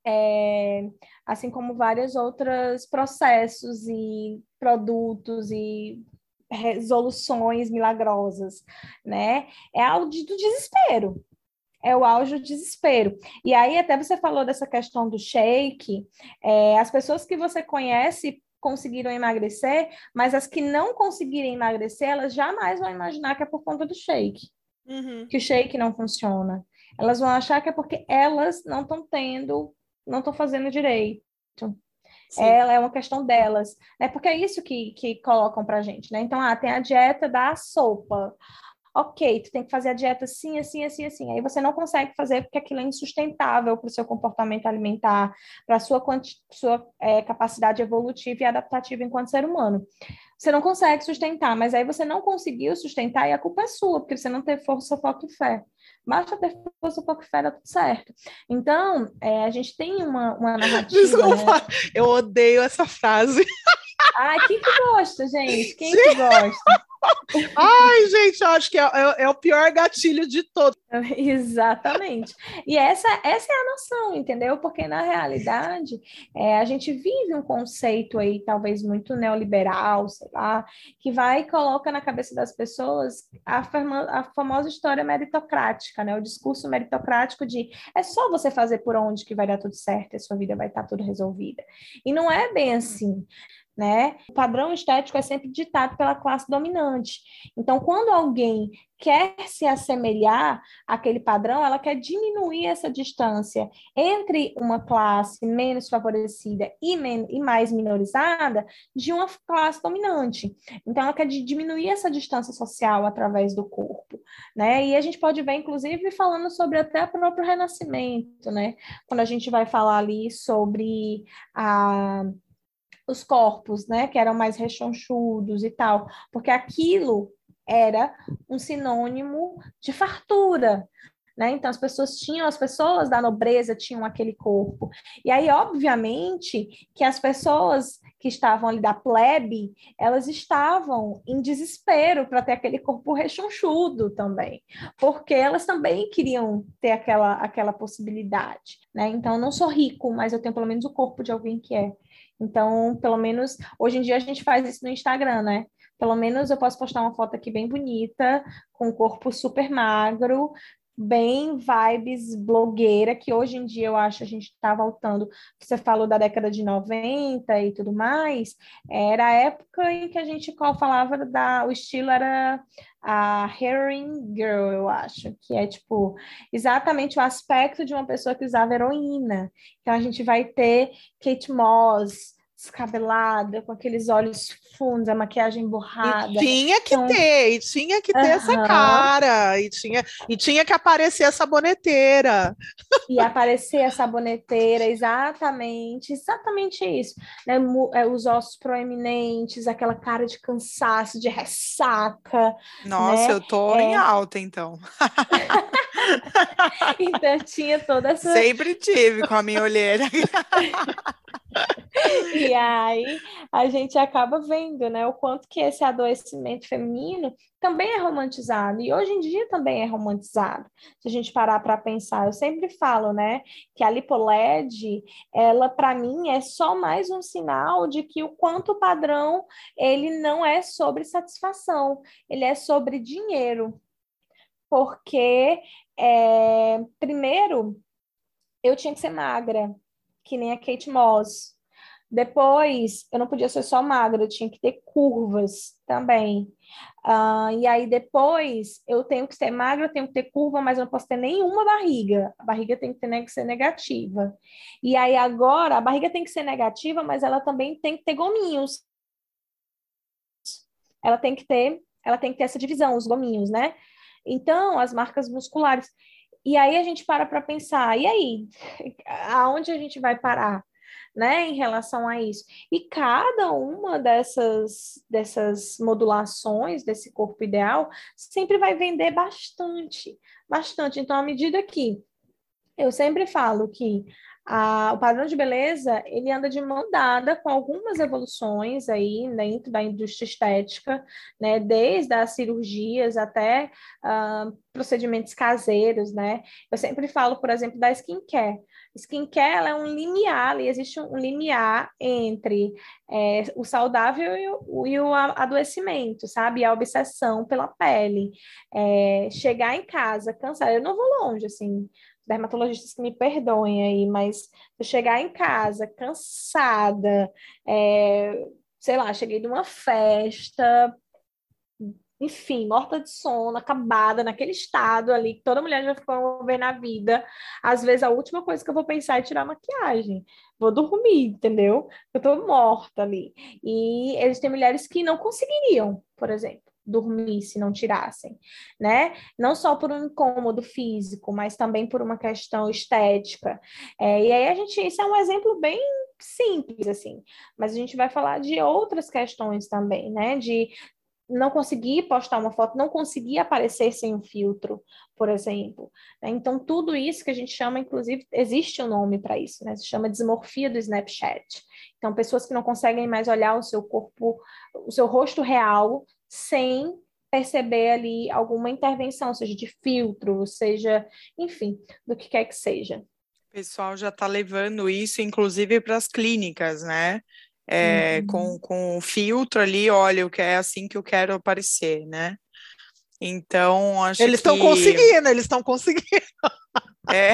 Speaker 3: É, assim como vários outros processos e produtos e resoluções milagrosas, né? É algo de, do desespero. É o auge do desespero. E aí, até você falou dessa questão do shake, é, as pessoas que você conhece conseguiram emagrecer, mas as que não conseguirem emagrecer, elas jamais vão imaginar que é por conta do shake,
Speaker 2: Uhum.
Speaker 3: que o shake não funciona. Elas vão achar que é porque elas não estão tendo, não estão fazendo direito. Ela é uma questão delas, né? Porque é isso que, que colocam pra gente, né? Então, ah, tem a dieta da sopa. Ok, tu tem que fazer a dieta assim, assim, assim, assim. Aí você não consegue fazer porque aquilo é insustentável para o seu comportamento alimentar, para a sua, sua é, capacidade evolutiva e adaptativa enquanto ser humano. Você não consegue sustentar, mas aí você não conseguiu sustentar e a culpa é sua, porque você não teve força, foco e fé. Basta ter força, foco e fé, dá tudo certo. Então, é, a gente tem uma, uma narrativa...
Speaker 2: Desculpa,
Speaker 3: né?
Speaker 2: Eu odeio essa frase.
Speaker 3: Ai, quem que gosta, gente? Quem que gosta?
Speaker 2: Ai, gente, eu acho que é, é, é o pior gatilho de todos.
Speaker 3: Exatamente. E essa, essa é a noção, entendeu? Porque, na realidade, é, a gente vive um conceito aí, talvez muito neoliberal, sei lá, que vai e coloca na cabeça das pessoas a, fama, a famosa história meritocrática, né? O discurso meritocrático de é só você fazer por onde que vai dar tudo certo e a sua vida vai estar tudo resolvida. E não é bem assim. Né? O padrão estético é sempre ditado pela classe dominante. Então, quando alguém quer se assemelhar àquele padrão, ela quer diminuir essa distância entre uma classe menos favorecida e, men e mais minorizada de uma classe dominante. Então, ela quer diminuir essa distância social através do corpo, né? E a gente pode ver, inclusive, falando sobre até o próprio renascimento, né? Quando a gente vai falar ali sobre a os corpos, né, que eram mais rechonchudos e tal, porque aquilo era um sinônimo de fartura, né? Então as pessoas tinham, as pessoas da nobreza tinham aquele corpo. E aí, obviamente, que as pessoas que estavam ali da plebe, elas estavam em desespero para ter aquele corpo rechonchudo também, porque elas também queriam ter aquela, aquela possibilidade, né? Então, eu não sou rico, mas eu tenho pelo menos o corpo de alguém que é. Então, pelo menos, hoje em dia a gente faz isso no Instagram, né? Pelo menos eu posso postar uma foto aqui bem bonita, com o corpo super magro, bem vibes blogueira, que hoje em dia eu acho que a gente está voltando. Você falou da década de noventa e tudo mais, era a época em que a gente qual falava da, o estilo era a heroin girl, eu acho, que é tipo exatamente o aspecto de uma pessoa que usava heroína. Então a gente vai ter Kate Moss descabelada, com aqueles olhos fundos, a maquiagem
Speaker 2: E
Speaker 3: borrada.
Speaker 2: tinha que
Speaker 3: Então,
Speaker 2: ter, e tinha que ter essa
Speaker 3: aham.
Speaker 2: cara, e tinha, e tinha que aparecer essa saboneteira.
Speaker 3: E aparecer a saboneteira, exatamente, exatamente isso, né? Mu- é, Os ossos proeminentes, aquela cara de cansaço, de ressaca,
Speaker 1: Nossa,
Speaker 3: né?
Speaker 1: eu tô em
Speaker 3: É,
Speaker 1: alta, então.
Speaker 3: então tinha toda essa.
Speaker 1: Sempre tive com a minha olheira.
Speaker 3: E aí a gente acaba vendo, né, o quanto que esse adoecimento feminino também é romantizado, e hoje em dia também é romantizado. Se a gente parar para pensar, eu sempre falo, né, que a LipoLed, ela para mim é só mais um sinal de que o quanto o padrão ele não é sobre satisfação, ele é sobre dinheiro, porque é, primeiro eu tinha que ser magra, que nem a Kate Moss. Depois, eu não podia ser só magra, eu tinha que ter curvas também. Ah, e aí, depois, eu tenho que ser magra, eu tenho que ter curva, mas eu não posso ter nenhuma barriga. A barriga tem que, ter, né, que ser negativa. E aí, agora, a barriga tem que ser negativa, mas ela também tem que ter gominhos. Ela tem que ter, ela tem que ter essa divisão, os gominhos, né? Então, as marcas musculares. E aí a gente para para pensar, e aí? Aonde a gente vai parar? Né, em relação a isso. E cada uma dessas, dessas modulações desse corpo ideal sempre vai vender bastante, bastante. Então, à medida que eu sempre falo que a, o padrão de beleza ele anda de mão dada com algumas evoluções aí dentro da indústria estética, né? Desde as cirurgias até uh, procedimentos caseiros, né? Eu sempre falo, por exemplo, da skincare. Skincare ela é um limiar, e existe um limiar entre é, o saudável e o, e o adoecimento, sabe? E a obsessão pela pele. É, chegar em casa cansada, eu não vou longe, assim, dermatologistas que me perdoem aí, mas eu chegar em casa cansada, é, sei lá, cheguei de uma festa, enfim, morta de sono, acabada, naquele estado ali, que toda mulher já ficou ver na vida. Às vezes a última coisa que eu vou pensar é tirar a maquiagem. Vou dormir, entendeu? Eu tô morta ali. E existem mulheres que não conseguiriam, por exemplo, dormir se não tirassem, né? Não só por um incômodo físico, mas também por uma questão estética. É, e aí a gente, isso é um exemplo bem simples, assim, mas a gente vai falar de outras questões também, né? De não conseguir postar uma foto, não conseguir aparecer sem um filtro, por exemplo. Então, tudo isso que a gente chama, inclusive, existe um nome para isso, né? Se chama dismorfia do Snapchat. Então, pessoas que não conseguem mais olhar o seu corpo, o seu rosto real, sem perceber ali alguma intervenção, seja de filtro, seja, enfim, do que quer que seja.
Speaker 1: O pessoal já está levando isso, inclusive, para as clínicas, né? É,
Speaker 3: Uhum.
Speaker 1: com, com o filtro ali, olha, o que é assim que eu quero aparecer, né? Então, acho
Speaker 2: Eles estão
Speaker 1: que
Speaker 2: conseguindo, eles estão conseguindo.
Speaker 1: é,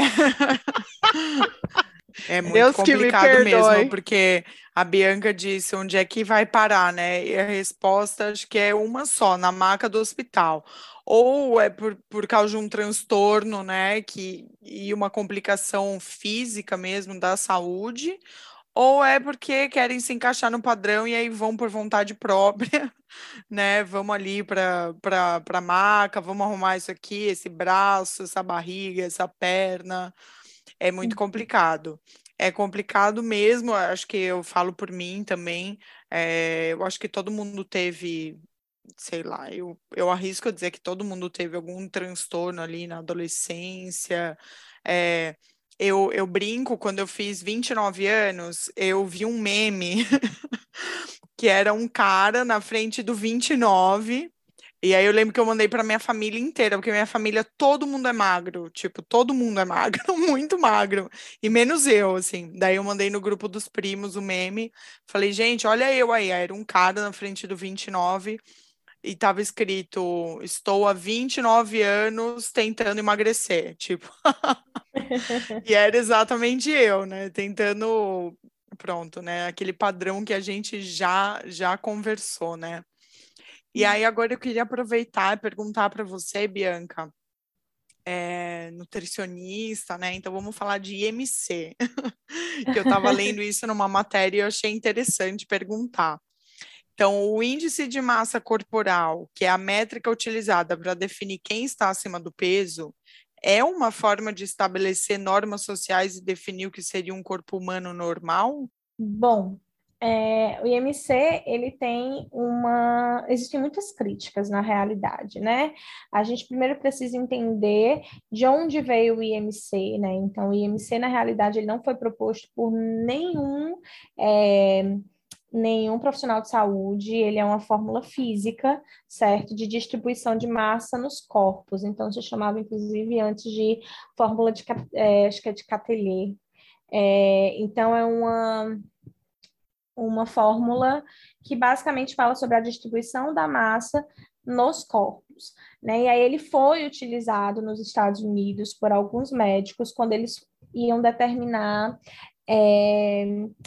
Speaker 1: é muito
Speaker 2: Deus que me
Speaker 1: complicado mesmo,
Speaker 2: perdoe.
Speaker 1: porque a Bianca disse onde é que vai parar, né? E a resposta acho que é uma só, na maca do hospital. Ou é por, por causa de um transtorno, né? Que, e uma complicação física mesmo da saúde, ou é porque querem se encaixar no padrão e aí vão por vontade própria, né? Vamos ali para para para maca, vamos arrumar isso aqui, esse braço, essa barriga, essa perna. É muito complicado. É complicado mesmo, acho que eu falo por mim também. É, eu acho que todo mundo teve sei lá, eu, eu arrisco a dizer que todo mundo teve algum transtorno ali na adolescência. É, eu, eu brinco, quando eu fiz vinte e nove anos, eu vi um meme que era um cara na frente do vinte e nove. E aí eu lembro que eu mandei para minha família inteira, porque minha família, todo mundo é magro, tipo, todo mundo é magro, muito magro, e menos eu, assim. Daí eu mandei no grupo dos primos o meme, falei, gente, olha eu aí, aí era um cara na frente do vinte e nove e tava escrito, estou há vinte e nove anos tentando emagrecer, tipo. E era exatamente eu, né, tentando, pronto, né, aquele padrão que a gente já já conversou, né? E aí, agora eu queria aproveitar e perguntar para você, Bianca, é, nutricionista, né? Então, vamos falar de I M C, que eu estava lendo isso numa matéria e eu achei interessante perguntar. Então, o índice de massa corporal, que é a métrica utilizada para definir quem está acima do peso, é uma forma de estabelecer normas sociais e definir o que seria um corpo humano normal?
Speaker 3: Bom, é, o I M C, ele tem uma... Existem muitas críticas na realidade, né? A gente primeiro precisa entender de onde veio o I M C, né? Então, o I M C, na realidade, ele não foi proposto por nenhum... É, nenhum profissional de saúde, ele é uma fórmula física, certo? De distribuição de massa nos corpos. Então, se chamava, inclusive, antes de fórmula de, é, acho que é de Catellier. É, então, é uma uma fórmula que basicamente fala sobre a distribuição da massa nos corpos, né? E aí ele foi utilizado nos Estados Unidos por alguns médicos quando eles iam determinar é,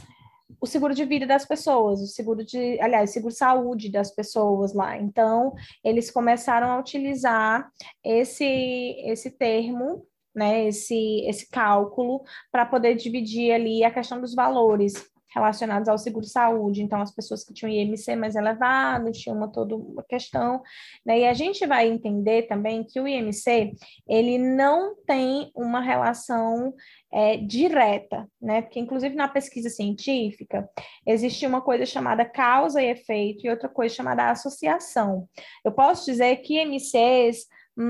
Speaker 3: o seguro de vida das pessoas, o seguro de, aliás, o seguro saúde das pessoas lá. Então, eles começaram a utilizar esse esse termo, né, esse esse cálculo para poder dividir ali a questão dos valores relacionados ao seguro-saúde. Então, as pessoas que tinham I M C mais elevado, tinha uma toda uma questão, né? E a gente vai entender também que o I M C, ele não tem uma relação é, direta, né? Porque, inclusive, na pesquisa científica, existe uma coisa chamada causa e efeito e outra coisa chamada associação. Eu posso dizer que I M Cs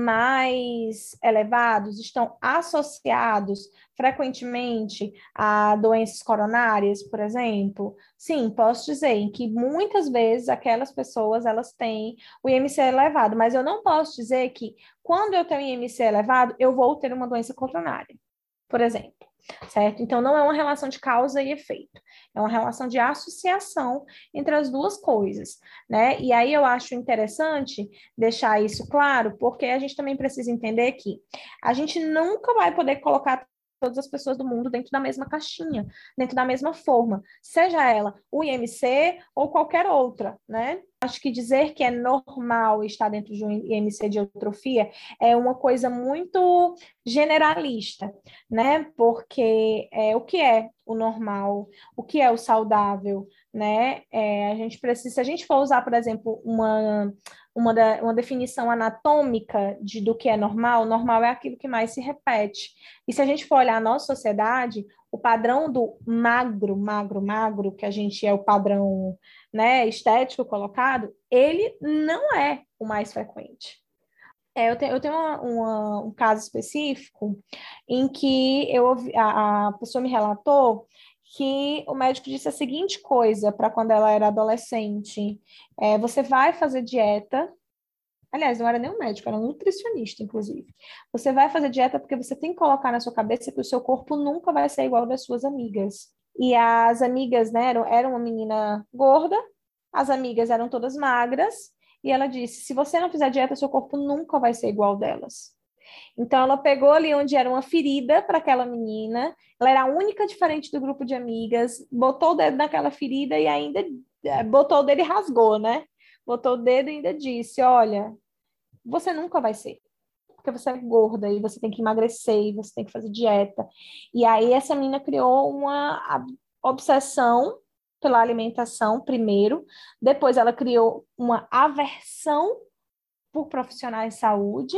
Speaker 3: mais elevados estão associados frequentemente a doenças coronárias, por exemplo? Sim, posso dizer em que muitas vezes aquelas pessoas elas têm o I M C elevado, mas eu não posso dizer que quando eu tenho I M C elevado, eu vou ter uma doença coronária, por exemplo. Certo? Então, não é uma relação de causa e efeito, é uma relação de associação entre as duas coisas, né? E aí eu acho interessante deixar isso claro, porque a gente também precisa entender que a gente nunca vai poder colocar todas as pessoas do mundo dentro da mesma caixinha, dentro da mesma forma, seja ela o I M C ou qualquer outra, né? Acho que dizer que é normal estar dentro de um I M C de eutrofia é uma coisa muito generalista, né? Porque é, o que é o normal, o que é o saudável, né? É, a gente precisa, se a gente for usar, por exemplo, uma, uma, da, uma definição anatômica de, do que é normal, normal é aquilo que mais se repete. E se a gente for olhar a nossa sociedade, o padrão do magro, magro, magro, que a gente é o padrão, né, estético colocado, ele não é o mais frequente. É, eu tenho, eu tenho uma, uma, um caso específico em que eu, a, a pessoa me relatou que o médico disse a seguinte coisa para quando ela era adolescente: é, você vai fazer dieta. Aliás, não era nem um médico, era um nutricionista, inclusive. Você vai fazer dieta porque você tem que colocar na sua cabeça que o seu corpo nunca vai ser igual das suas amigas. E as amigas, né, eram, eram uma menina gorda, as amigas eram todas magras, e ela disse: se você não fizer dieta, seu corpo nunca vai ser igual delas. Então, ela pegou ali onde era uma ferida para aquela menina, ela era a única diferente do grupo de amigas, botou o dedo naquela ferida e ainda botou o dedo e rasgou, né? Botou o dedo e ainda disse: olha, você nunca vai ser, porque você é gorda e você tem que emagrecer e você tem que fazer dieta. E aí essa menina criou uma obsessão pela alimentação primeiro, depois ela criou uma aversão por profissionais de saúde,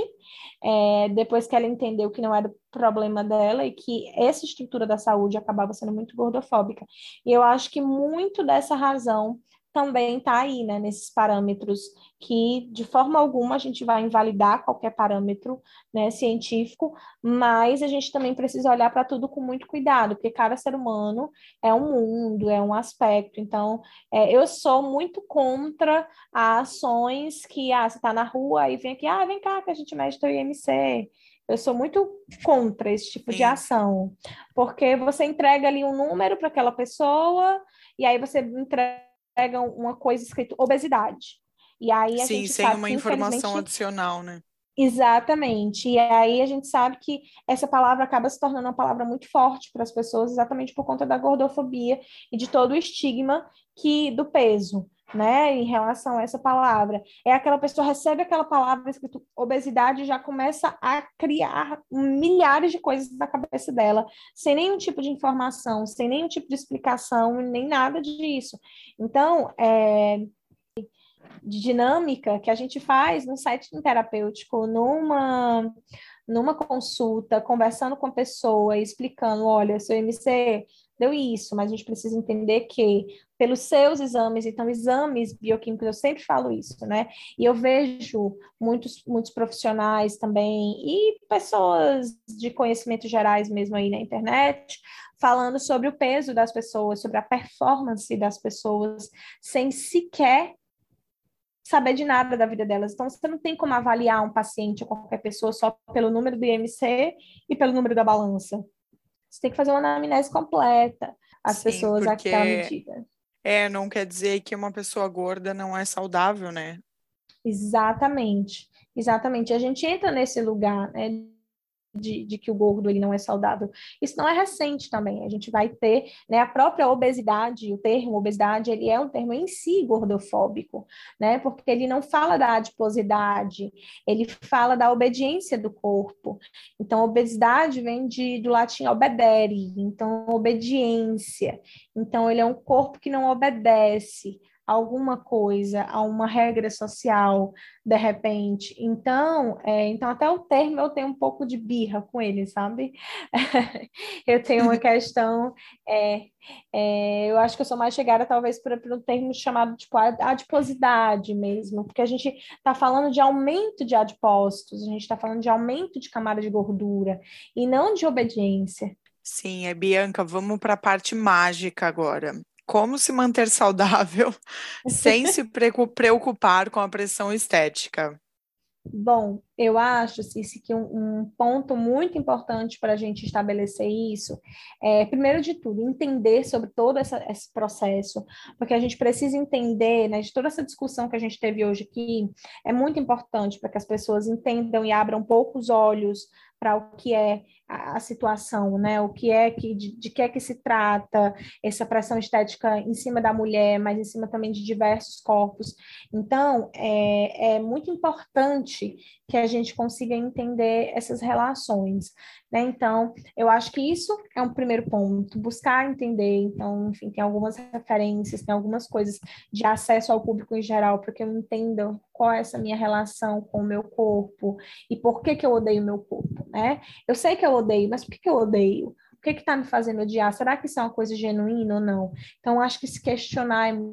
Speaker 3: é, depois que ela entendeu que não era o problema dela e que essa estrutura da saúde acabava sendo muito gordofóbica. E eu acho que muito dessa razão também está aí, né, nesses parâmetros, que de forma alguma a gente vai invalidar qualquer parâmetro, né, científico, mas a gente também precisa olhar para tudo com muito cuidado, porque cada ser humano é um mundo, é um aspecto. Então, é, eu sou muito contra ações que, ah, você está na rua e vem aqui, ah, vem cá que a gente mede teu I M C. Eu sou muito contra esse tipo de
Speaker 1: Sim.
Speaker 3: ação, porque você entrega ali um número para aquela pessoa, e aí você entrega uma coisa escrito obesidade. E aí a
Speaker 1: Sim,
Speaker 3: gente
Speaker 1: sem
Speaker 3: sabe
Speaker 1: uma
Speaker 3: que,
Speaker 1: informação
Speaker 3: infelizmente,
Speaker 1: adicional, né?
Speaker 3: exatamente. E aí a gente sabe que essa palavra acaba se tornando uma palavra muito forte para as pessoas, exatamente por conta da gordofobia e de todo o estigma que do peso, né, em relação a essa palavra. É aquela pessoa recebe aquela palavra escrito obesidade e já começa a criar milhares de coisas na cabeça dela, sem nenhum tipo de informação, sem nenhum tipo de explicação, nem nada disso. Então, é, de dinâmica que a gente faz no setting terapêutico, numa, numa consulta, conversando com a pessoa, explicando, olha, seu M C deu isso, mas a gente precisa entender que pelos seus exames, então exames bioquímicos, eu sempre falo isso, né? E eu vejo muitos, muitos profissionais também e pessoas de conhecimentos gerais mesmo aí na internet, falando sobre o peso das pessoas, sobre a performance das pessoas, sem sequer saber de nada da vida delas. Então, você não tem como avaliar um paciente ou qualquer pessoa só pelo número do I M C e pelo número da balança. Você tem que fazer uma anamnese completa, as
Speaker 1: Sim,
Speaker 3: pessoas àquela
Speaker 1: porque
Speaker 3: medida.
Speaker 1: é, não quer dizer que uma pessoa gorda não é saudável, né?
Speaker 3: Exatamente, exatamente. A gente entra nesse lugar, né, de, de que o gordo ele não é saudável. Isso não é recente também. A gente vai ter, né, a própria obesidade, o termo obesidade, ele é um termo em si gordofóbico, né? Porque ele não fala da adiposidade, ele fala da obediência do corpo. Então, obesidade vem de, do latim obedere, então obediência. Então, ele é um corpo que não obedece a alguma coisa, a uma regra social, de repente. Então, é, então até o termo eu tenho um pouco de birra com ele, sabe? Eu tenho uma questão, é, é, eu acho que eu sou mais chegada talvez para um termo chamado tipo adiposidade mesmo, porque a gente está falando de aumento de adipócitos, a gente está falando de aumento de camada de gordura e não de obediência.
Speaker 1: Sim, é Bianca, vamos para a parte mágica agora. Como se manter saudável sem se precu- preocupar com a pressão estética?
Speaker 3: Bom, eu acho, Cici, que um, um ponto muito importante para a gente estabelecer isso é, primeiro de tudo, entender sobre todo essa, esse processo, porque a gente precisa entender, né, de toda essa discussão que a gente teve hoje aqui, é muito importante para que as pessoas entendam e abram um pouco os olhos para o que é a, a situação, né, o que é que, de, de que é que se trata essa pressão estética em cima da mulher, mas em cima também de diversos corpos. Então, é, é muito importante que a gente consiga entender essas relações, né? Então, eu acho que isso é um primeiro ponto, buscar entender. Então, enfim, tem algumas referências, tem algumas coisas de acesso ao público em geral, para que eu entenda qual é essa minha relação com o meu corpo e por que que eu odeio o meu corpo, né? Eu sei que eu odeio, mas por que que eu odeio? O que que está me fazendo odiar? Será que isso é uma coisa genuína ou não? Então, acho que se questionar é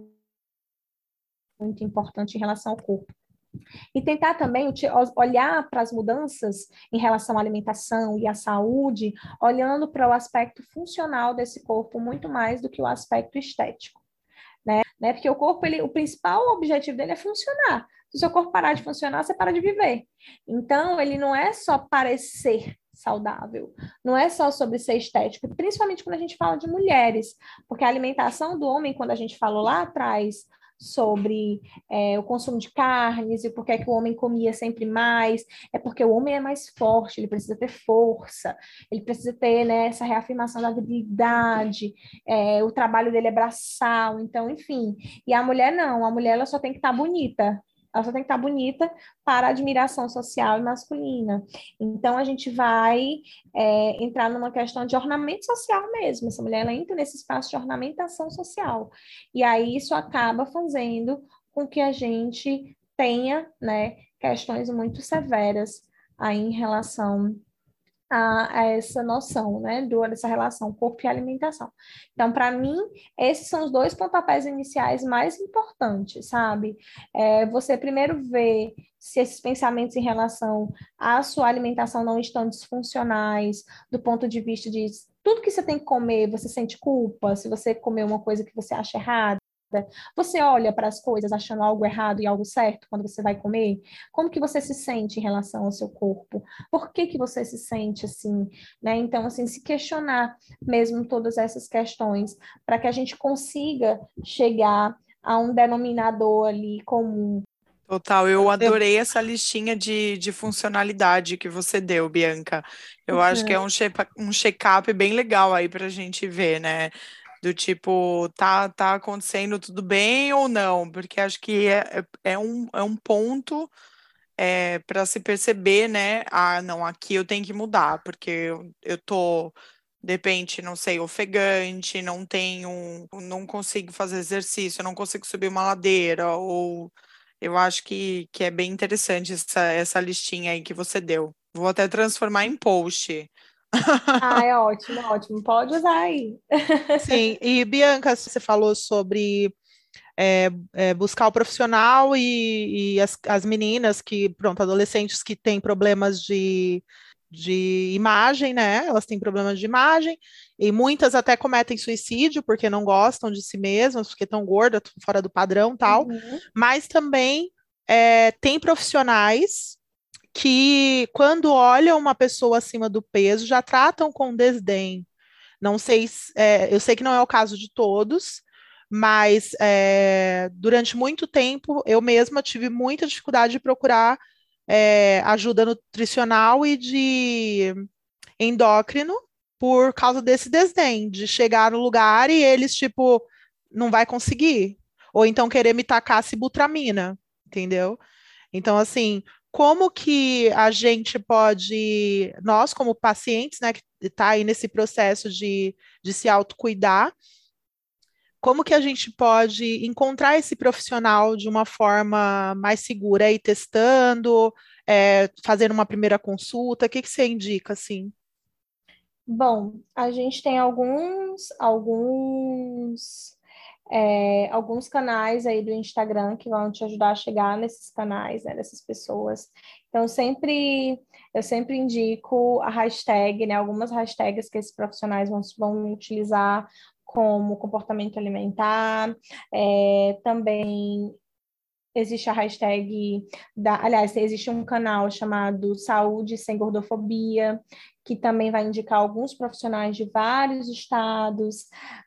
Speaker 3: muito importante em relação ao corpo. E tentar também olhar para as mudanças em relação à alimentação e à saúde, olhando para o aspecto funcional desse corpo muito mais do que o aspecto estético, né? né? Porque o corpo, ele, o principal objetivo dele é funcionar. Se o seu corpo parar de funcionar, você para de viver. Então, ele não é só parecer saudável, não é só sobre ser estético, principalmente quando a gente fala de mulheres, porque a alimentação do homem, quando a gente falou lá atrás sobre é, o consumo de carnes e por que é que o homem comia sempre mais, é porque o homem é mais forte, ele precisa ter força, ele precisa ter, né, essa reafirmação da virilidade, é, o trabalho dele é braçal, então, enfim. E a mulher não, a mulher ela só tem que estar bonita, ela só tem que estar bonita para a admiração social e masculina. Então, a gente vai é, entrar numa questão de ornamento social mesmo. Essa mulher ela entra nesse espaço de ornamentação social. E aí isso acaba fazendo com que a gente tenha, né, questões muito severas aí em relação a, a essa noção, né, do, dessa relação corpo e alimentação. Então, para mim, esses são os dois pontapés iniciais mais importantes, sabe? É, você primeiro vê se esses pensamentos em relação à sua alimentação não estão disfuncionais, do ponto de vista de tudo que você tem que comer, você sente culpa, se você comer uma coisa que você acha errada, você olha para as coisas achando algo errado e algo certo quando você vai comer? Como que você se sente em relação ao seu corpo? Por que que você se sente assim, né? Então, assim, se questionar mesmo todas essas questões para que a gente consiga chegar a um denominador ali comum.
Speaker 1: Total, eu adorei essa listinha de, de funcionalidade que você deu, Bianca. Eu acho que é
Speaker 3: Uhum.
Speaker 1: um check, um check-up bem legal aí para a gente ver, né? Do tipo, tá, tá acontecendo tudo bem ou não? Porque acho que é, é, é um, é um ponto é, para se perceber, né? Ah, não, aqui eu tenho que mudar, porque eu, eu tô, de repente, não sei, ofegante, não tenho, não consigo fazer exercício, não consigo subir uma ladeira, ou eu acho que, que é bem interessante essa, essa listinha aí que você deu. Vou até transformar em post.
Speaker 3: Ah, é ótimo, ótimo. Pode usar aí.
Speaker 2: Sim, e Bianca, você falou sobre é, é, buscar o profissional e, e as, as meninas que, pronto, adolescentes que têm problemas de, de imagem, né? Elas têm problemas de imagem, e muitas até cometem suicídio porque não gostam de si mesmas, porque estão gordas, tão fora do padrão, tal.
Speaker 3: Uhum.
Speaker 2: Mas também é, tem profissionais que, quando olham uma pessoa acima do peso, já tratam com desdém. Não sei, se- é, eu sei que não é o caso de todos, mas é, durante muito tempo eu mesma tive muita dificuldade de procurar é, ajuda nutricional e de endócrino por causa desse desdém, de chegar no lugar e eles, tipo, não vai conseguir. Ou então querer me tacar sibutramina, entendeu? Então, assim, como que a gente pode, nós como pacientes, né, que está aí nesse processo de, de se autocuidar, como que a gente pode encontrar esse profissional de uma forma mais segura, aí testando, é, fazendo uma primeira consulta, o que que você indica, assim?
Speaker 3: Bom, a gente tem alguns, alguns, é, alguns canais aí do Instagram que vão te ajudar a chegar nesses canais, né, dessas pessoas. Então, sempre, eu sempre indico a hashtag, né, algumas hashtags que esses profissionais vão, vão utilizar como comportamento alimentar, é, também existe a hashtag da, aliás, existe um canal chamado Saúde Sem Gordofobia, que também vai indicar alguns profissionais de vários estados.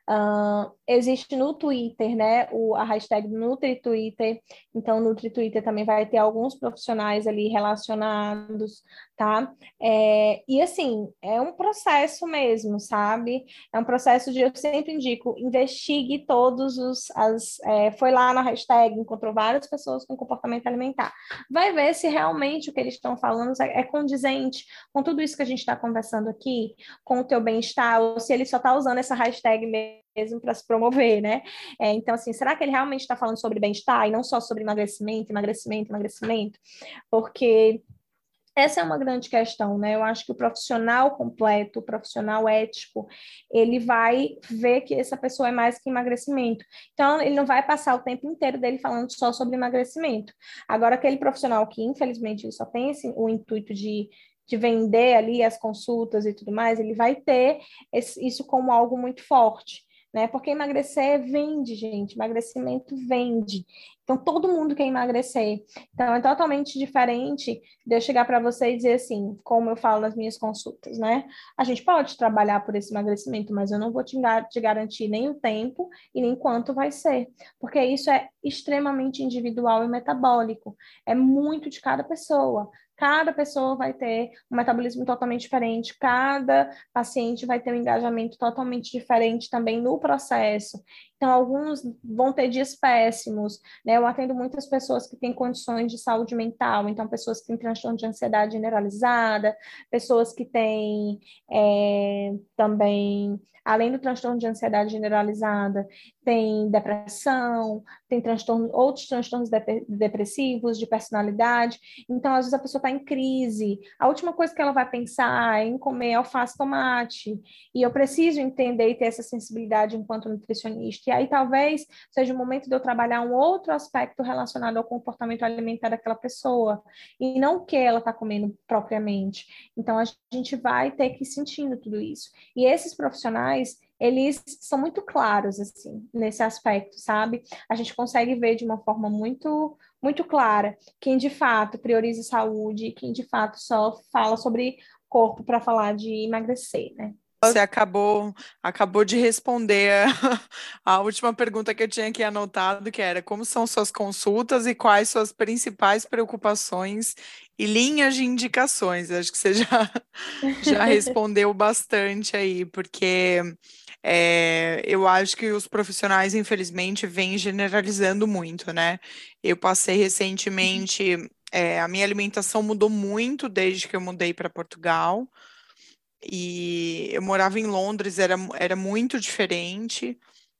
Speaker 3: Uh, existe no Twitter, né, o, a hashtag NutriTwitter, então o NutriTwitter também vai ter alguns profissionais ali relacionados, tá? É, e assim, é um processo mesmo, sabe? É um processo de, eu sempre indico, investigue todos os, as, é, foi lá na hashtag, encontrou várias pessoas com comportamento alimentar. Vai ver se realmente o que eles estão falando é, é condizente com tudo isso que a gente está conversando aqui, com o teu bem-estar, ou se ele só está usando essa hashtag mesmo para se promover, né? É, então, assim, será que ele realmente está falando sobre bem-estar e não só sobre emagrecimento, emagrecimento, emagrecimento? Porque essa é uma grande questão, né? Eu acho que o profissional completo, o profissional ético, ele vai ver que essa pessoa é mais que emagrecimento. Então, ele não vai passar o tempo inteiro dele falando só sobre emagrecimento. Agora, aquele profissional que, infelizmente, ele só tem esse, o intuito de, de vender ali as consultas e tudo mais, ele vai ter esse, isso como algo muito forte. Né? Porque emagrecer vende, gente. Emagrecimento vende. Então, todo mundo quer emagrecer. Então, é totalmente diferente de eu chegar para você e dizer assim, como eu falo nas minhas consultas, né? A gente pode trabalhar por esse emagrecimento, mas eu não vou te, te garantir nem o tempo e nem quanto vai ser, porque isso é extremamente individual e metabólico. É muito de cada pessoa. Cada pessoa vai ter um metabolismo totalmente diferente, cada paciente vai ter um engajamento totalmente diferente também no processo. Então, alguns vão ter dias péssimos, né? Eu atendo muitas pessoas que têm condições de saúde mental, então, pessoas que têm transtorno de ansiedade generalizada, pessoas que têm é, também, além do transtorno de ansiedade generalizada, tem depressão, tem transtorno, outros transtornos de- depressivos, de personalidade. Então, às vezes, a pessoa está em crise. A última coisa que ela vai pensar é em comer alface e tomate. E eu preciso entender e ter essa sensibilidade enquanto nutricionista. E aí, talvez, seja o momento de eu trabalhar um outro aspecto relacionado ao comportamento alimentar daquela pessoa, e não o que ela está comendo propriamente. Então, a gente vai ter que ir sentindo tudo isso. E esses profissionais, eles são muito claros, assim, nesse aspecto, sabe? A gente consegue ver de uma forma muito, muito clara quem de fato prioriza saúde, quem de fato só fala sobre corpo para falar de emagrecer, né?
Speaker 1: Você acabou, acabou de responder a, a última pergunta que eu tinha aqui anotado, que era como são suas consultas e quais suas principais preocupações e linhas de indicações. Acho que você já, já respondeu bastante aí, porque é, eu acho que os profissionais, infelizmente, vêm generalizando muito, né? Eu passei recentemente, é, a minha alimentação mudou muito desde que eu mudei para Portugal. E eu morava em Londres, era, era muito diferente.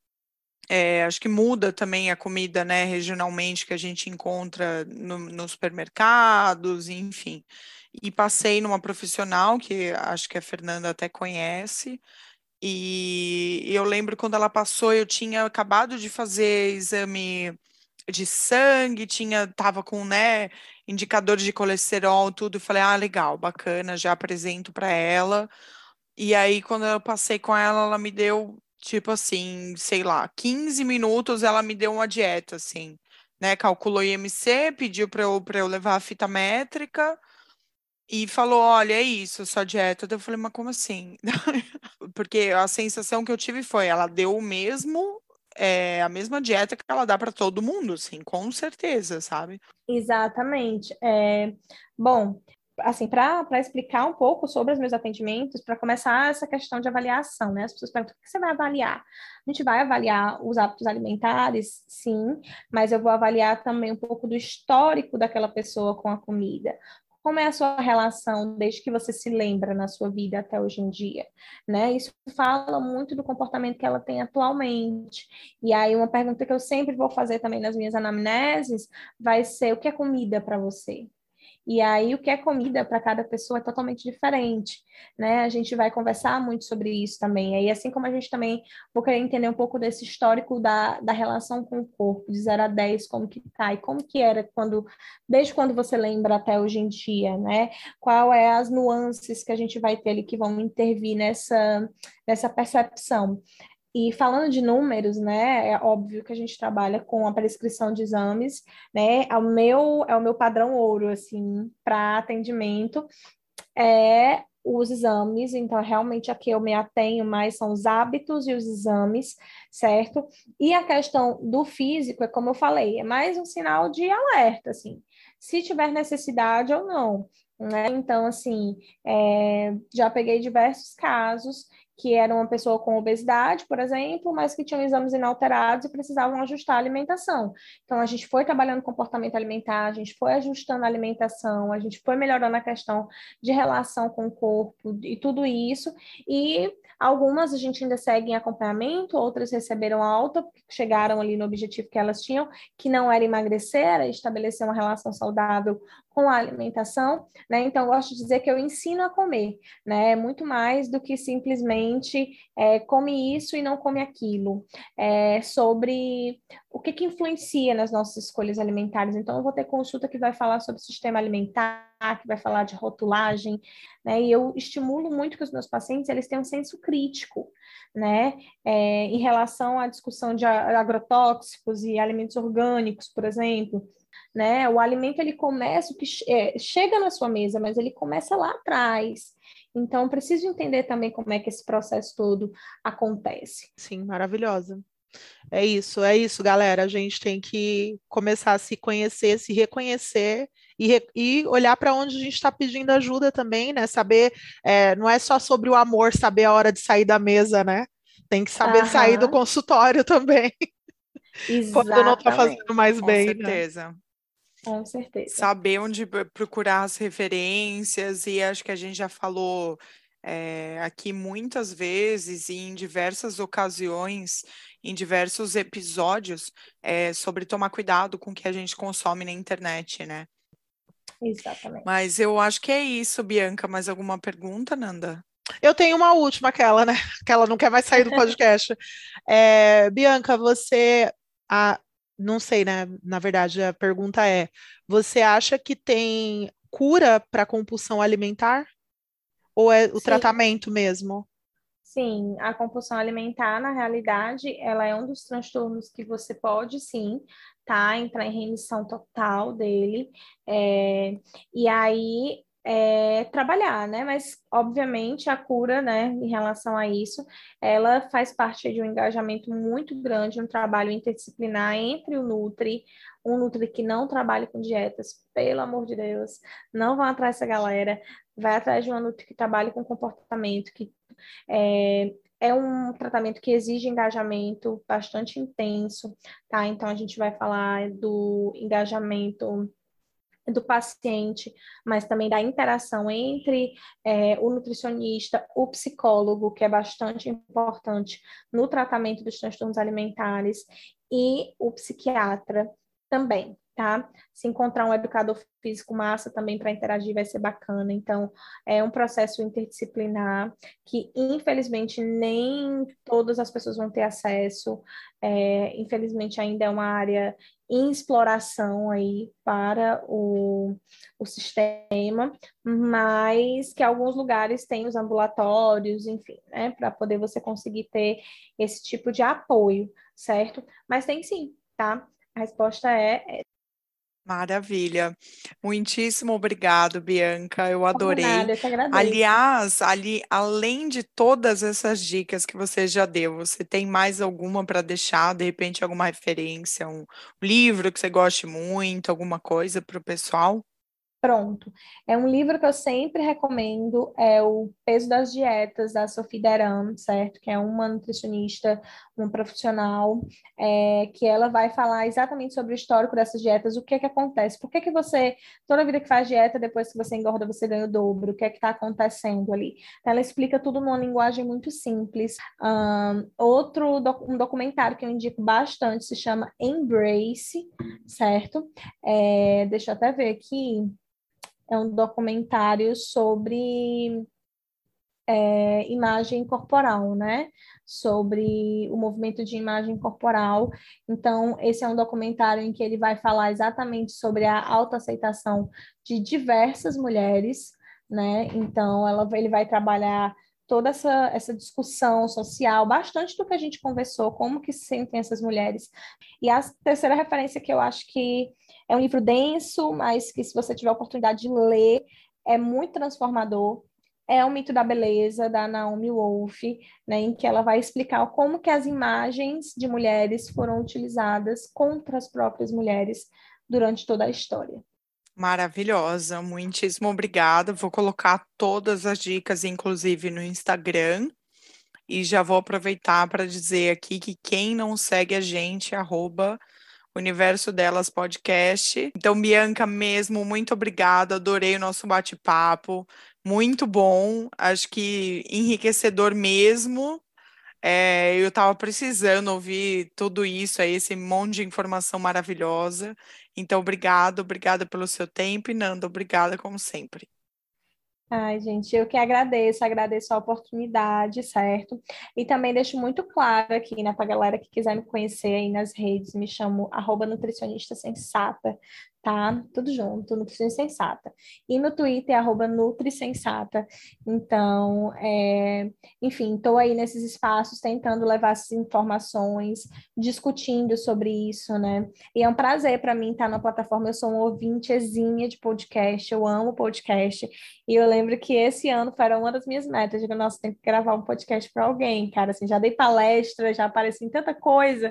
Speaker 1: É, acho que muda também a comida, né, regionalmente, que a gente encontra no, nos supermercados, enfim. E passei numa profissional, que acho que a Fernanda até conhece, e eu lembro quando ela passou, eu tinha acabado de fazer exame de sangue, tinha, tava com, né, indicadores de colesterol, tudo, e falei, ah, legal, bacana, já apresento para ela. E aí, quando eu passei com ela, ela me deu, tipo assim, sei lá, quinze minutos, ela me deu uma dieta, assim, né? Calculou I M C, pediu para eu, para eu levar a fita métrica e falou: Olha, é isso, sua dieta. Daí eu falei: Mas como assim? Porque a sensação que eu tive foi: ela deu o mesmo, é, a mesma dieta que ela dá para todo mundo, assim, com certeza, sabe?
Speaker 3: Exatamente. É, bom, assim, para para explicar um pouco sobre os meus atendimentos, para começar essa questão de avaliação, né? As pessoas perguntam: o que você vai avaliar? A gente vai avaliar os hábitos alimentares, sim, mas eu vou avaliar também um pouco do histórico daquela pessoa com a comida. Como é a sua relação desde que você se lembra na sua vida até hoje em dia, né? Isso fala muito do comportamento que ela tem atualmente. E aí, uma pergunta que eu sempre vou fazer também nas minhas anamneses vai ser o que é comida para você. E aí, o que é comida para cada pessoa é totalmente diferente, né? A gente vai conversar muito sobre isso também. Aí, assim como a gente também vou querer entender um pouco desse histórico da, da relação com o corpo, de zero a dez, como que tá, e como que era quando, desde quando você lembra até hoje em dia, né? Qual é as nuances que a gente vai ter ali que vão intervir nessa, nessa percepção. E falando de números, né, é óbvio que a gente trabalha com a prescrição de exames, né, é o meu, é o meu padrão ouro, assim, para atendimento, é os exames, então realmente aqui eu me atenho mais são os hábitos e os exames, certo? E a questão do físico, é como eu falei, é mais um sinal de alerta, assim, se tiver necessidade ou não, né? Então, assim, é, já peguei diversos casos que era uma pessoa com obesidade, por exemplo, mas que tinham exames inalterados e precisavam ajustar a alimentação. Então, a gente foi trabalhando comportamento alimentar, a gente foi ajustando a alimentação, a gente foi melhorando a questão de relação com o corpo e tudo isso. E algumas a gente ainda segue em acompanhamento, outras receberam alta, chegaram ali no objetivo que elas tinham, que não era emagrecer, era estabelecer uma relação saudável com a alimentação, né? Então, eu gosto de dizer que eu ensino a comer, né? Muito mais do que simplesmente é, come isso e não come aquilo. É, sobre o que, que influencia nas nossas escolhas alimentares. Então, eu vou ter consulta que vai falar sobre sistema alimentar, que vai falar de rotulagem, né? E eu estimulo muito que os meus pacientes eles tenham um senso crítico, né? É, em relação à discussão de agrotóxicos e alimentos orgânicos, por exemplo. Né? O alimento ele começa, o que é, chega na sua mesa, mas ele começa lá atrás. Então, preciso entender também como é que esse processo todo acontece.
Speaker 2: Sim, maravilhosa. É isso, é isso, galera. A gente tem que começar a se conhecer, se reconhecer e, re- e olhar para onde a gente está pedindo ajuda também, né? Saber, é, não é só sobre o amor, saber a hora de sair da mesa, né? Tem que saber sair do
Speaker 3: Aham,
Speaker 2: consultório também, quando não está
Speaker 3: exatamente,
Speaker 2: fazendo mais
Speaker 1: Com
Speaker 2: bem, né?
Speaker 1: certeza.
Speaker 3: com certeza.
Speaker 1: Saber onde p- procurar as referências, e acho que a gente já falou é, aqui muitas vezes e em diversas ocasiões, em diversos episódios, é, sobre tomar cuidado com o que a gente consome na internet, né?
Speaker 3: Exatamente.
Speaker 1: Mas eu acho que é isso, Bianca. Mais alguma pergunta, Nanda?
Speaker 2: Eu tenho uma última, aquela, né? Que ela não quer mais sair do podcast. É, Bianca, você. A, não sei, né? Na verdade, a pergunta é: você acha que tem cura para compulsão alimentar? Ou é o
Speaker 3: Sim,
Speaker 2: tratamento mesmo?
Speaker 3: sim, a compulsão alimentar, na realidade, ela é um dos transtornos que você pode, sim, tá, entrar em remissão total dele, é, e aí é, trabalhar, né? Mas, obviamente, a cura, né, em relação a isso, ela faz parte de um engajamento muito grande, um trabalho interdisciplinar entre o Nutri, um Nutri que não trabalha com dietas, pelo amor de Deus, não vão atrás dessa galera, vai atrás de uma Nutri que trabalhe com comportamento, que é, é um tratamento que exige engajamento bastante intenso, tá? Então, a gente vai falar do engajamento do paciente, mas também da interação entre é, o nutricionista, o psicólogo, que é bastante importante no tratamento dos transtornos alimentares, e o psiquiatra também, tá? Se encontrar um educador físico massa também para interagir vai ser bacana. Então, é um processo interdisciplinar que, infelizmente, nem todas as pessoas vão ter acesso. É, infelizmente, ainda é uma área em exploração aí para o, o sistema, mas que alguns lugares têm os ambulatórios, enfim, né, para poder você conseguir ter esse tipo de apoio, certo? Mas tem sim, tá? A resposta é, é
Speaker 1: Maravilha. Muitíssimo obrigado, Bianca. Eu
Speaker 3: por
Speaker 1: adorei.
Speaker 3: nada, eu que agradeço.
Speaker 1: Aliás, ali, além de todas essas dicas que você já deu, você tem mais alguma para deixar? De repente, alguma referência, um livro que você goste muito, alguma coisa para o pessoal?
Speaker 3: Pronto. É um livro que eu sempre recomendo, é O Peso das Dietas, da Sophie Deram, certo? Que é uma nutricionista, uma profissional, é, que ela vai falar exatamente sobre o histórico dessas dietas, o que é que acontece, por que que você, toda vida que faz dieta, depois que você engorda, você ganha o dobro, o que é que está acontecendo ali. Então, ela explica tudo numa linguagem muito simples. Um, outro, doc- um documentário que eu indico bastante se chama Embrace, certo? É, deixa eu até ver aqui. É um documentário sobre é, imagem corporal, né? Sobre o movimento de imagem corporal. Então, esse é um documentário em que ele vai falar exatamente sobre a autoaceitação de diversas mulheres, né? Então, ela, ele vai trabalhar toda essa, essa discussão social, bastante do que a gente conversou, como que se sentem essas mulheres. E a terceira referência que eu acho que é um livro denso, mas que se você tiver a oportunidade de ler, é muito transformador, é o Mito da Beleza, da Naomi Wolf, né, em que ela vai explicar como que as imagens de mulheres foram utilizadas contra as próprias mulheres durante toda a história.
Speaker 1: Maravilhosa, muitíssimo obrigada. Vou colocar todas as dicas, inclusive no Instagram, e já vou aproveitar para dizer aqui que quem não segue a gente, arroba Universo Delas Podcast. Então, Bianca, mesmo, muito obrigada. Adorei o nosso bate-papo. Muito bom. Acho que enriquecedor mesmo. É, eu estava precisando ouvir tudo isso aí, esse monte de informação maravilhosa. Então, obrigado, obrigada pelo seu tempo e Nanda, obrigada como sempre.
Speaker 3: Ai, gente, eu que agradeço, agradeço a oportunidade, certo? E também deixo muito claro aqui, né, para a galera que quiser me conhecer aí nas redes, me chamo arroba nutricionista sensata, tá? Tudo junto, nutricionista sensata. E no Twitter, arroba nutrisensata. Então, é, enfim, estou aí nesses espaços tentando levar essas informações, discutindo sobre isso, né? E é um prazer para mim estar na plataforma, eu sou uma ouvintezinha de podcast, eu amo podcast. E eu lembro que esse ano foi uma das minhas metas. Eu digo, nossa, tem que gravar um podcast para alguém, cara. Assim, já dei palestra, já apareci em tanta coisa.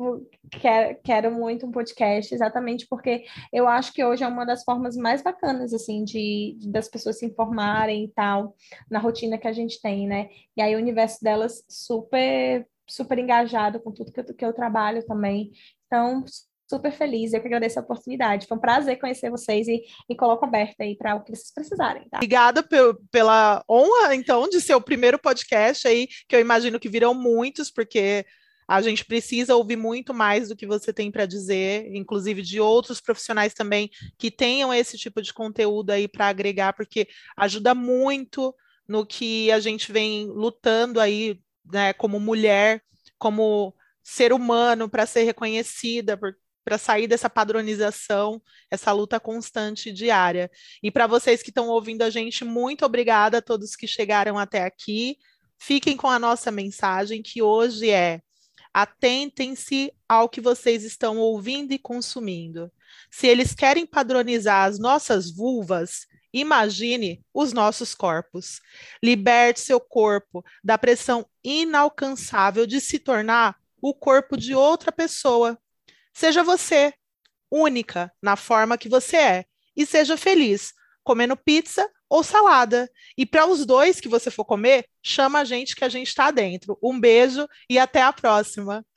Speaker 3: Quero, quero muito um podcast, exatamente porque eu acho que hoje é uma das formas mais bacanas, assim, de, de das pessoas se informarem e tal, na rotina que a gente tem, né? E aí o universo delas super, super engajado com tudo que eu, que eu trabalho também. Então, super feliz. Eu que agradeço a oportunidade. Foi um prazer conhecer vocês e, e coloco aberto aí para o que vocês precisarem. Tá?
Speaker 2: Obrigada pe- pela honra, então, de ser o primeiro podcast aí, que eu imagino que virão muitos, porque a gente precisa ouvir muito mais do que você tem para dizer, inclusive de outros profissionais também que tenham esse tipo de conteúdo aí para agregar, porque ajuda muito no que a gente vem lutando aí, né, como mulher, como ser humano, para ser reconhecida, para sair dessa padronização, essa luta constante diária. E para vocês que estão ouvindo a gente, muito obrigada a todos que chegaram até aqui. Fiquem com a nossa mensagem, que hoje é: atentem-se ao que vocês estão ouvindo e consumindo. Se eles querem padronizar as nossas vulvas, imagine os nossos corpos. Liberte seu corpo da pressão inalcançável de se tornar o corpo de outra pessoa. Seja você, única na forma que você é, e seja feliz, comendo pizza ou salada. E para os dois que você for comer, chama a gente que a gente está dentro. Um beijo e até a próxima.